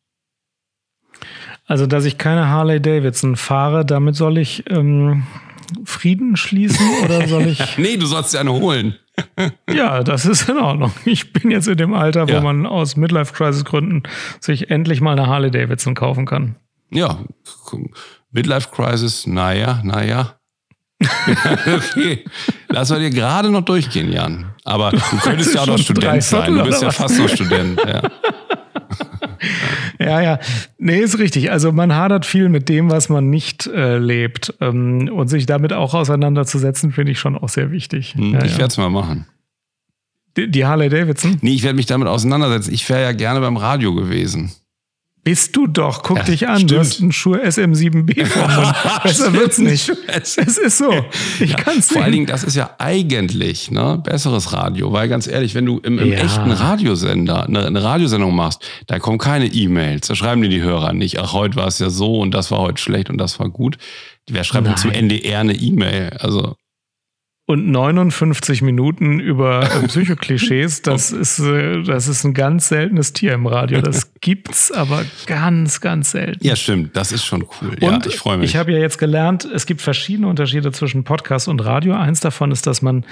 Also, dass ich keine Harley Davidson fahre, damit soll ich Frieden schließen oder soll ich... Nee, du sollst dir eine holen. Ja, das ist in Ordnung. Ich bin jetzt in dem Alter, wo man aus Midlife-Crisis-Gründen sich endlich mal eine Harley Davidson kaufen kann. Ja, Midlife-Crisis, naja. Okay, lass wir dir gerade noch durchgehen, Jan. Aber du könntest ja auch noch Student sein. Du bist ja fast noch Student, ja. Ja. Nee, ist richtig. Also man hadert viel mit dem, was man nicht lebt. Und sich damit auch auseinanderzusetzen, finde ich schon auch sehr wichtig. Ich werde es mal machen. Die Harley Davidson? Nee, ich werde mich damit auseinandersetzen. Ich wäre ja gerne beim Radio gewesen. Bist du doch, guck dich an, stimmt. Du hast einen Shure SM7B vor Mund. Besser wird's nicht. Es ist so. Ich kann's Vor allen Dingen, das ist ja eigentlich besseres Radio, weil ganz ehrlich, wenn du im echten Radiosender eine Radiosendung machst, da kommen keine E-Mails, da schreiben dir die Hörer nicht, ach, heute war es ja so und das war heute schlecht und das war gut. Wer schreibt denn zum NDR eine E-Mail? Also und 59 Minuten über Psychoklischees, das ist ein ganz seltenes Tier im Radio. Das gibt's aber ganz, ganz selten. Ja, stimmt. Das ist schon cool. Ja, ich freue mich. Ich habe ja jetzt gelernt, es gibt verschiedene Unterschiede zwischen Podcast und Radio. Eins davon ist, dass man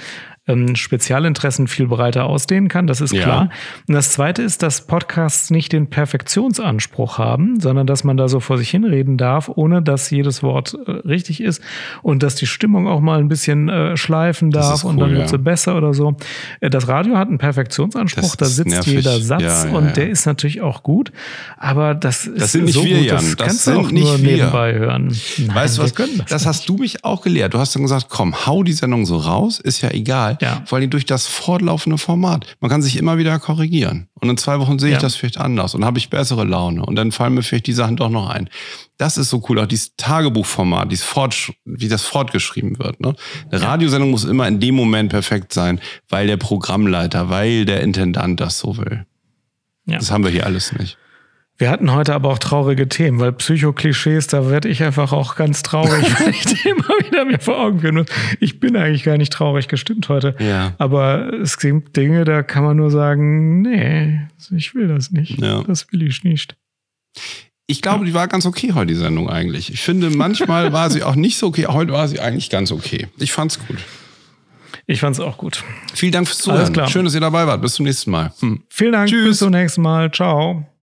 Spezialinteressen viel breiter ausdehnen kann, das ist klar. Und das Zweite ist, dass Podcasts nicht den Perfektionsanspruch haben, sondern dass man da so vor sich hinreden darf, ohne dass jedes Wort richtig ist und dass die Stimmung auch mal ein bisschen schleifen darf und dann wird sie besser oder so. Das Radio hat einen Perfektionsanspruch, da sitzt nervig. Jeder Satz und der ist natürlich auch gut, aber das sind nicht so wir, gut, Jan. das kannst sind du auch nicht nur wir. nebenbei hören. Nein, weißt du was? Das hast du mich auch gelehrt. Du hast dann gesagt, komm, hau die Sendung so raus, ist ja egal. Ja. Vor allem durch das fortlaufende Format. Man kann sich immer wieder korrigieren. Und in 2 Wochen sehe ich das vielleicht anders und habe ich bessere Laune. Und dann fallen mir vielleicht die Sachen doch noch ein. Das ist so cool. Auch dieses Tagebuchformat, wie das fortgeschrieben wird. Ne? Eine Radiosendung muss immer in dem Moment perfekt sein, weil der Programmleiter, weil der Intendant das so will. Ja. Das haben wir hier alles nicht. Wir hatten heute aber auch traurige Themen, weil Psychoklischees, da werde ich einfach auch ganz traurig, wenn ich die immer wieder mir vor Augen führen muss. Ich bin eigentlich gar nicht traurig gestimmt heute. Ja. Aber es gibt Dinge, da kann man nur sagen, nee, ich will das nicht. Ja. Das will ich nicht. Ich glaube, die war ganz okay heute, die Sendung eigentlich. Ich finde, manchmal war sie auch nicht so okay. Heute war sie eigentlich ganz okay. Ich fand's gut. Ich fand's auch gut. Vielen Dank fürs Zuhören. Alles klar. Schön, dass ihr dabei wart. Bis zum nächsten Mal. Vielen Dank. Tschüss. Bis zum nächsten Mal. Ciao.